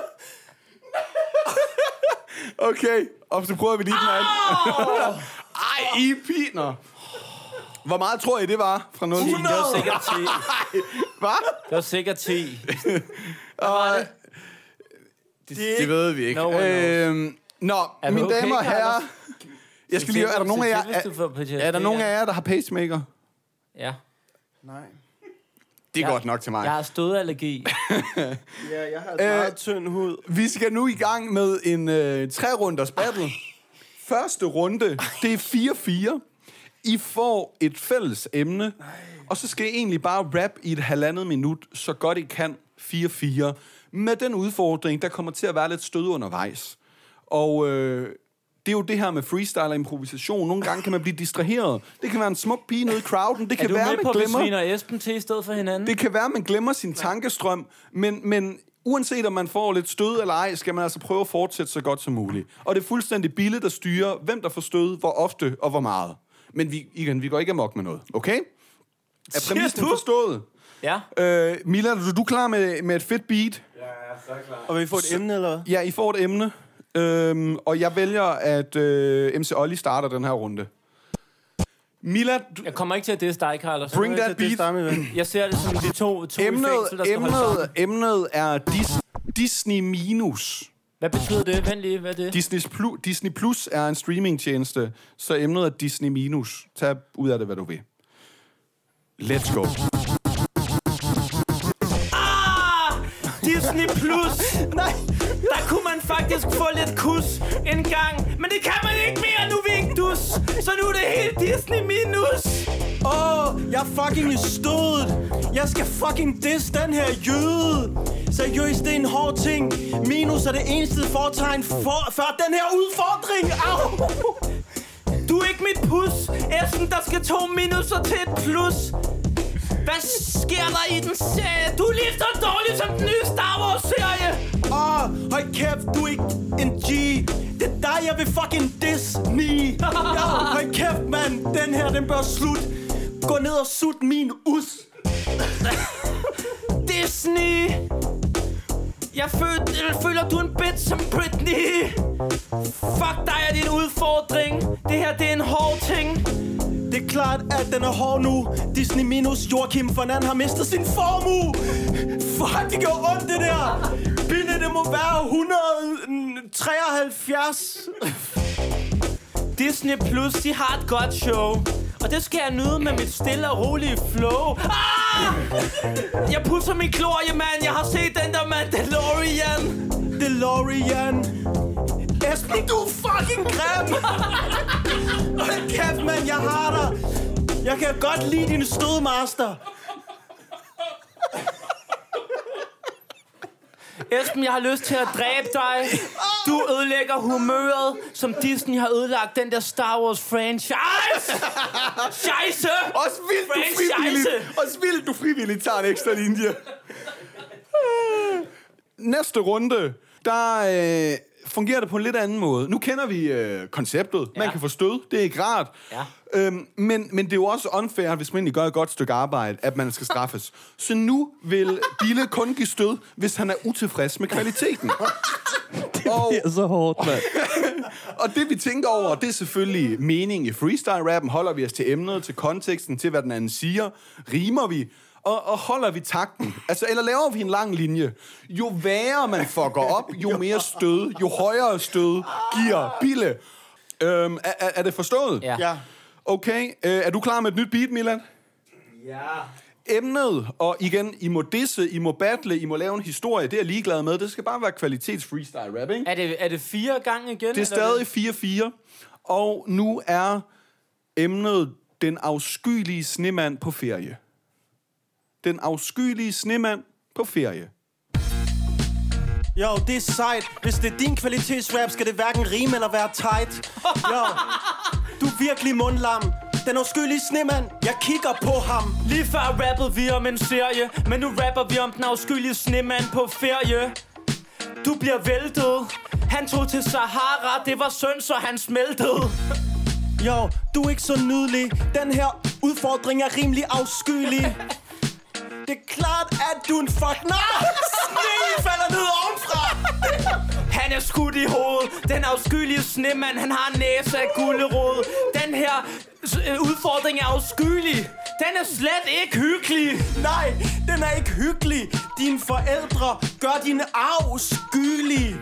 Okay, og så prøver vi lige den anden. Ej, I piner. Hvor meget tror I, det var fra nul til hundrede? Det var sikkert ti. Hvad? Det var sikkert ti. Hvad var det? Det, det ved vi ikke. No øhm, nå, mine okay, damer og herrer. Jeg skal lige høre, er der nogen af jer, er, er der nogen af jer, der har pacemaker? Ja. Nej. Det er jeg, godt nok til mig. Jeg har stødallergi. Ja, jeg har et meget tynd hud. Vi skal nu i gang med en øh, tre-runders battle. Første runde, det er fire fire. I får et fælles emne, Ej. og så skal I egentlig bare rap i et halvandet minut, så godt I kan, fire fire. Med den udfordring, der kommer til at være lidt stød undervejs. Og øh, det er jo det her med freestyle og improvisation. Nogle gange kan man blive distraheret. Det kan være en smuk pige nede i crowden. Det kan er du være, med man på, glemmer... hvis vi og Esben til i stedet for hinanden? Det kan være, man glemmer sin tankestrøm, men... men uanset om man får lidt stød eller ej, skal man altså prøve at fortsætte så godt som muligt. Og det er fuldstændig Bille, der styrer, hvem der får stød, hvor ofte og hvor meget. Men vi, igen, vi går ikke amok med noget, okay? Er præmissen forstået? Ja. Øh, Mila, er du klar med, med et fedt beat? Ja, jeg er så klar. Og vi får et så, emne, eller? Ja, I får et emne. Øhm, og jeg vælger, at øh, M C Olli starter den her runde. Mila, du... Jeg kommer ikke til at disse dig, Carlos. Bring that beat. Jeg ser det som de to, to emnet, i fængsel, der skal emnet, holde sammen. Emnet er Dis- Disney Minus. Hvad betyder det? Vent lige, hvad er det? Disney Plus, Disney Plus er en streamingtjeneste, så emnet er Disney Minus. Tag ud af det, hvad du vil. Let's go. Ah! Disney Plus! Nej! Der kunne man faktisk få lidt kus en gang, men det kan man ikke mere, nu er vi ikke dus. Så nu er det helt Disney Minus. Åh, oh, jeg er fucking stødet. Jeg skal fucking diss den her jøde. Seriøst, det er en hård ting. Minus er det eneste fortegn for, for den her udfordring. Au! Du er ikke mit pus. Esben, der skal to minuser til et plus. Hvad sker der i den serie? Du er lige så dårlig som den nye Star Wars-serie. Åh, oh, hold kæft, du er ikke en G. Det er dig, jeg vil fucking Disney. Ja, hold kæft, mand. Den her, den bør slut. Gå ned og sut min us. Disney! Jeg føler, jeg føler, du er en bitch som Britney. Fuck dig og din udfordring. Det her, det er en hård ting. Det er klart, at den er hård nu. Disney minus Joachim von And har mistet sin formue. Fuck, det gør ondt, det der. Bille, det må være et hundrede og treoghalvfjerds. Disney Plus, de har et godt show. Og det skal jeg nyde med mit stille og rolige flow. Ah! Jeg pusser min glorie, mand. Jeg har set den der Mandalorian. DeLorean. Esben, du er fucking grim. Hold kæft, mand, jeg har dig. Jeg kan godt lide din stødmaster. Esben, jeg har lyst til at dræbe dig. Du ødelægger humøret, som Disney har ødelagt den der Star Wars franchise. Scheisse! Også vildt, du frivilligt, også vildt, du frivilligt tager en ekstra linje. Næste runde, der øh, fungerer det på en lidt anden måde. Nu kender vi øh, konceptet. Ja. Man kan få stød. Det er ikke rart. Ja. Øhm, men, men det er jo også unfair, hvis man egentlig gør et godt stykke arbejde, at man skal straffes. Så nu vil Bille kun give stød, hvis han er utilfreds med kvaliteten. Det bliver så hårdt, mand. Og det vi tænker over, det er selvfølgelig mening i freestyle-rappen. Holder vi os til emnet, til konteksten, til hvad den anden siger? Rimer vi? Og, og holder vi takten? Altså, eller laver vi en lang linje? Jo værre man fucker op, jo mere stød, jo højere stød giver Bille. Øhm, er, er det forstået? Ja. Ja. Okay, øh, er du klar med et nyt beat, Milan? Ja. Emnet, og igen, I må disse, I må battle, I må lave en historie, det er jeg ligeglad med. Det skal bare være kvalitets freestyle rap, ikke? Er det, er det fire gange igen? Det er stadig fire fire, og nu er emnet den afskyelige snemand på ferie. Den afskyelige snemand på ferie. Jo, det er sejt. Hvis det er din kvalitetsrap, skal det hverken rime eller være tight. Jo, du er virkelig mundlam. Den afskyelige snemand, jeg kigger på ham. Lige før rappede vi om en serie, men nu rapper vi om den afskyelige snemand på ferie. Du bliver væltet. Han tog til Sahara, det var synd, så han smeltede. Jo, du er ikke så nydelig. Den her udfordring er rimelig afskyelig. Det er klart, at du er en fuck... Nej! Sneen falder ned ovenfra! Han er skudt i hovedet. Den afskyelige snemand, han har en næse af gullerod. Den her øh, udfordring er afskyelig. Den er slet ikke hyggelig. Nej, den er ikke hyggelig. Dine forældre gør din arv skylig.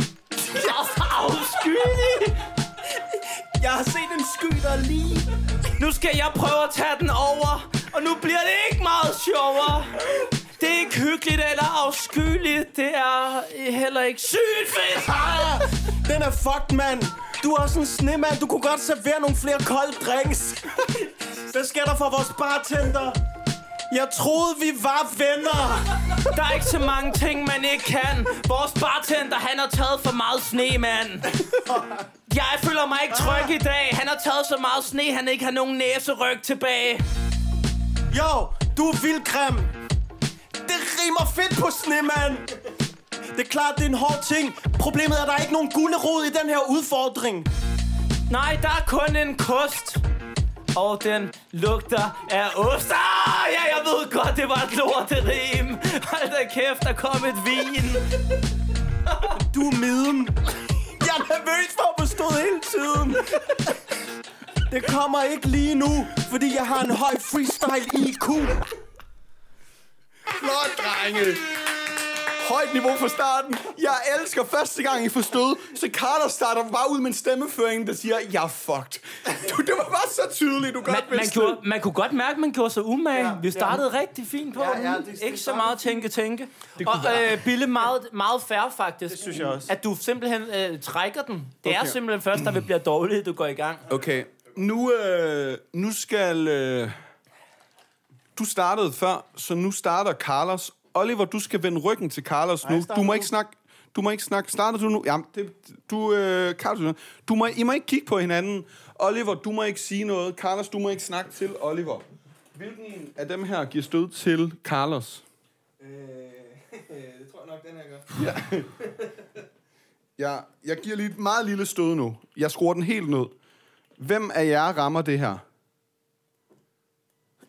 Afskyelig? Jeg har set en sky, der lige. Nu skal jeg prøve at tage den over. Og nu bliver det ikke meget sjovere. Det er ikke hyggeligt eller afskyeligt. Det er heller ikke sygt fedt. Ah, den er fucked, mand. Du er også en snemand. Du kunne godt servere nogle flere kolde drinks. Hvad sker der for vores bartender? Jeg troede, vi var venner. Der er ikke så mange ting, man ikke kan. Vores bartender, han har taget for meget sne, mand. Jeg føler mig ikke tryg i dag. Han har taget så meget sne, han ikke har nogen næseryg tilbage. Jo, du er vildt grim. Det rimer fedt på snemand. Det er klart, det er en hård ting. Problemet er, at der er ikke nogen gulerod i den her udfordring. Nej, der er kun en kost. Og den lugter af ost. Ah, ja, jeg ved godt, det var et lorterim. Hold da kæft, der kom et vin. Du er miden. Jeg er nervøs for at forstå hele tiden. Det kommer ikke lige nu, fordi jeg har en høj freestyle I Q. Flot, drenge. Højt niveau fra starten. Jeg elsker første gang, I får stød. Så Carter starter bare ud med en stemmeføring, der siger, jeg er fucked. Du, det var bare så tydeligt, du godt man, man, vidste. gjorde, man kunne godt mærke, at man gjorde sig umage. Ja, Vi startede ja. rigtig fint på. Ja, ja, det- Ikke det så meget tænke-tænke. Og være. øh, Bille, meget, meget fair faktisk. Det synes jeg også. At du simpelthen øh, trækker den. Det Okay. er simpelthen først, da vi bliver dårlige, du går i gang. Okay, nu, øh, nu skal... Øh, du startede før, så nu starter Carlos. Oliver, du skal vende ryggen til Carlos nu. Du må ikke snakke... Du må ikke snakke... Starter du nu? Jamen, det, du... Øh, Carlos, du må, I må ikke kigge på hinanden. Oliver, du må ikke sige noget. Carlos, du må ikke snakke til Oliver. Hvilken af dem her giver stød til Carlos? Øh, det tror jeg nok, den her gør. Ja. Ja, jeg giver lige et meget lille stød nu. Jeg skruer den helt ned. Hvem af jer rammer det her?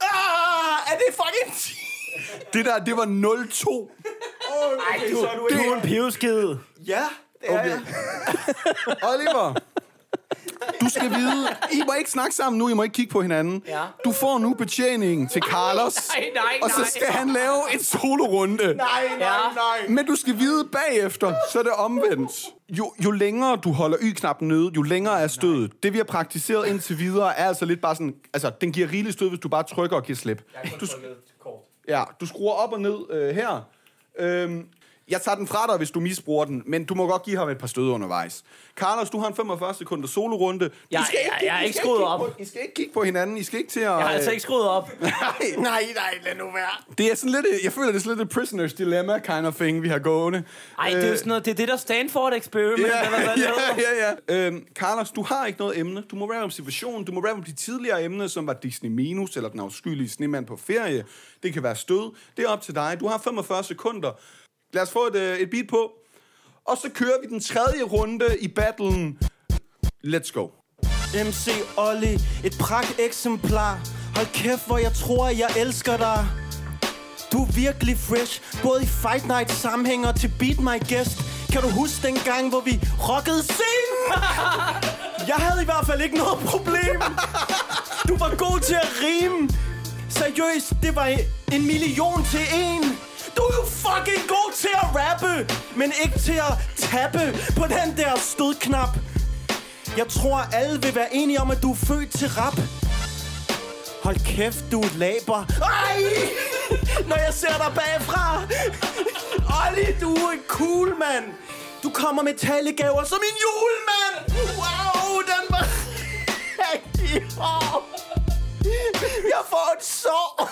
det er fucking... Det der, det var nul to. Ej, okay, du, så er du, du er en pivskide. Ja, det er Okay. jeg. Oliver, du skal vide, I må ikke snakke sammen nu, I må ikke kigge på hinanden. Ja. Du får nu betjeningen til Carlos, Nej, nej, og så nej. skal han lave et solorunde. Nej, nej, nej. Men du skal vide bagefter, så er det omvendt. Jo, jo længere du holder Y-knappen nede, jo længere er stødet. Det vi har praktiseret indtil videre er altså lidt bare sådan... Altså, den giver rigeligt stød, hvis du bare trykker og giver slip. Du, ja, du skruer op og ned øh, her. Øhm, jeg tager den fra dig, hvis du misbruger den, men du må godt give ham et par stød undervejs. Carlos, du har en femogfyrre sekunder solorunde. Jeg, I skal jeg, ikke, jeg er I ikke skal skruet kigge op. På, I skal ikke kigge på hinanden. I skal ikke til at... Jeg har altså ikke skruet op. Nej, Nej, nej, lad nu være. det er sådan lidt... Jeg føler, det er sådan lidt et prisoner's dilemma kind of thing, vi har gående. Ej, det er jo sådan noget, det er det der Stanford Experiment, Ja, eller hvad det hedder. ja, ja, ja. Øhm, Carlos, du har ikke noget emne. Du må rappe om situationen. Du må rappe om de tidligere emner, som var Disney Minus, eller den afskyelige snemand på ferie. Det kan være stød. Det er op til dig. Du har femogfyrre sekunder. Lad os få et, øh, et beat på. Og så kører vi den tredje runde i battlen. Let's go. M C Olli, et pragt eksemplar. Hold kæft, hvor jeg tror, jeg elsker dig. Du er virkelig fresh, både i Fight Night sammenhæng og til Beat My Guest. Kan du huske den gang, hvor vi rockede scenen? Jeg havde i hvert fald ikke noget problem. Du var god til at rime. Seriøst, det var en million til en. Du er jo fucking god til at rappe, men ikke til at tappe på den der stødknap. Jeg tror, alle vil være enige om, at du er født til rap. Hold kæft, du er et laber. Ej! Når jeg ser dig bagfra. Olli, du er en cool, mand. Du kommer med talegaver som en julemand. Wow, den var rigtig hård. Jeg får et sår.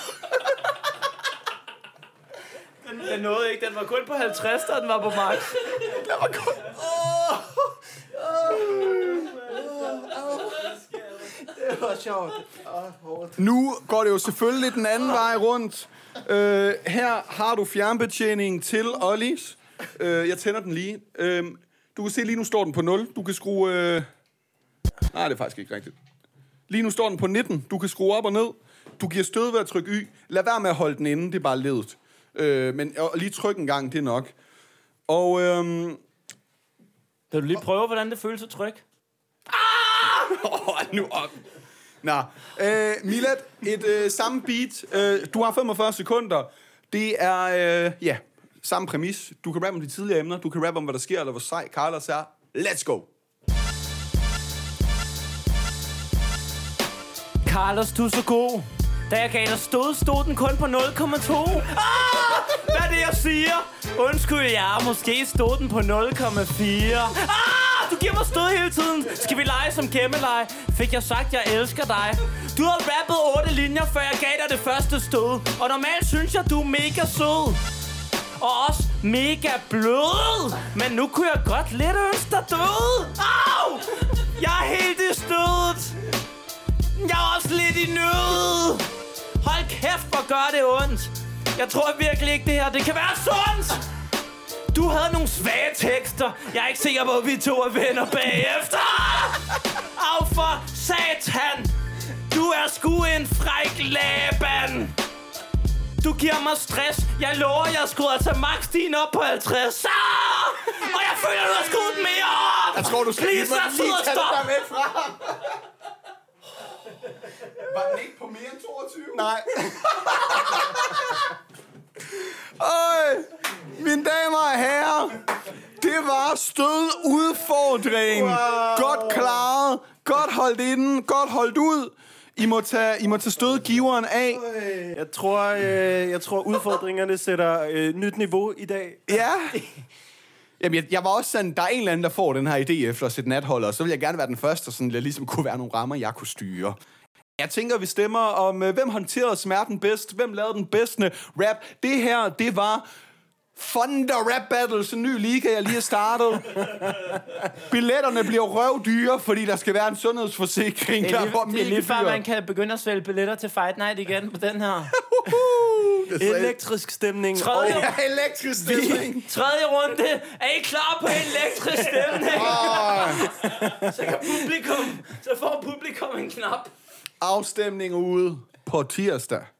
Den, den nåede ikke. Den var kun på halvtreds, da den var på max. Den var kun... Oh. Oh. Oh. Det var sjovt. Oh, Nu går det jo selvfølgelig den anden vej rundt. Øh, her har du fjernbetjeningen til Ollis. Øh, jeg tænder den lige. Øh, du kan se, lige nu står den på nul. Du kan skrue... Øh... Nej, det er faktisk ikke rigtigt. Lige nu står den på nitten. Du kan skrue op og ned. Du giver stød ved at trykke Y. Lad være med at holde den inde. Det er bare ledet. Øh, men og lige tryk en gang, det er nok. Og... Øh... Vil du lige prøve, hvordan det føles at trykke? Oh, nu op. Nå, øh, Milad, et øh, samme beat. Øh, du har femogfyrre sekunder. Det er, øh, ja, samme præmis. Du kan rappe om de tidligere emner. Du kan rappe om, hvad der sker, eller hvor sej Carlos er. Let's go. Carlos, du er så god. Da jeg gav dig stod, stod den kun på nul komma to. Ah! Hvad er det, jeg siger? Undskyld jer, måske stod den på nul komma fire. Ah! Du giver mig stød hele tiden. Skal vi lege som gemmeleje? Fik jeg sagt, jeg elsker dig. Du har rappet otte linjer, før jeg gav dig det første stød. Og normalt synes jeg, du er mega sød. Og også mega blød. Men nu kunne jeg godt lidt ønske dig død. Au! Jeg er helt i stødet. Jeg er også lidt i nød. Hold kæft, hvor gør det ondt. Jeg tror virkelig ikke, det her det kan være sundt. Du havde nogle svage tekster. Jeg er ikke sikker på, at vi to er venner bagefter. Au for satan. Du er sgu en fræk laban. Du giver mig stress. Jeg lover, jeg skulle tage max din op på halvtreds. Ah! Og jeg føler, du har skruet mere op. Jeg tror, du skal Please, lige, lige tage det der med fra. Var den ikke på mere end toogtyve? Nej. Øj, mine damer og herrer, det var stød udfordring. Wow. Godt klaret, godt holdt inden, godt holdt ud. I må tage, I må tage stødgiveren af. Jeg tror, øh, jeg tror udfordringerne sætter øh, nyt niveau i dag. Ja. Jamen, jeg, jeg var også sådan, der er en eller anden, der får den her idé efter at sætte natholder, og så vil jeg gerne være den første, og sådan, der ligesom kunne være nogle rammer, jeg kunne styre. Jeg tænker, vi stemmer om, øh, hvem håndterede smerten bedst, hvem lavede den bedste rap. Det her, det var Thunder Rap Battles, en ny liga, jeg lige har startet. Billetterne bliver røvdyre, fordi der skal være en sundhedsforsikring. Det er lige, det er lige før, man kan begynde at svælge billetter til Fight Night igen på den her. Elektrisk stemning. Tredje, oh, ja, elektrisk stemning. Tredje runde. Er I klar på elektrisk stemning? Oh. Så kan publikum, så får publikum en knap. Afstemning ude på tirsdag.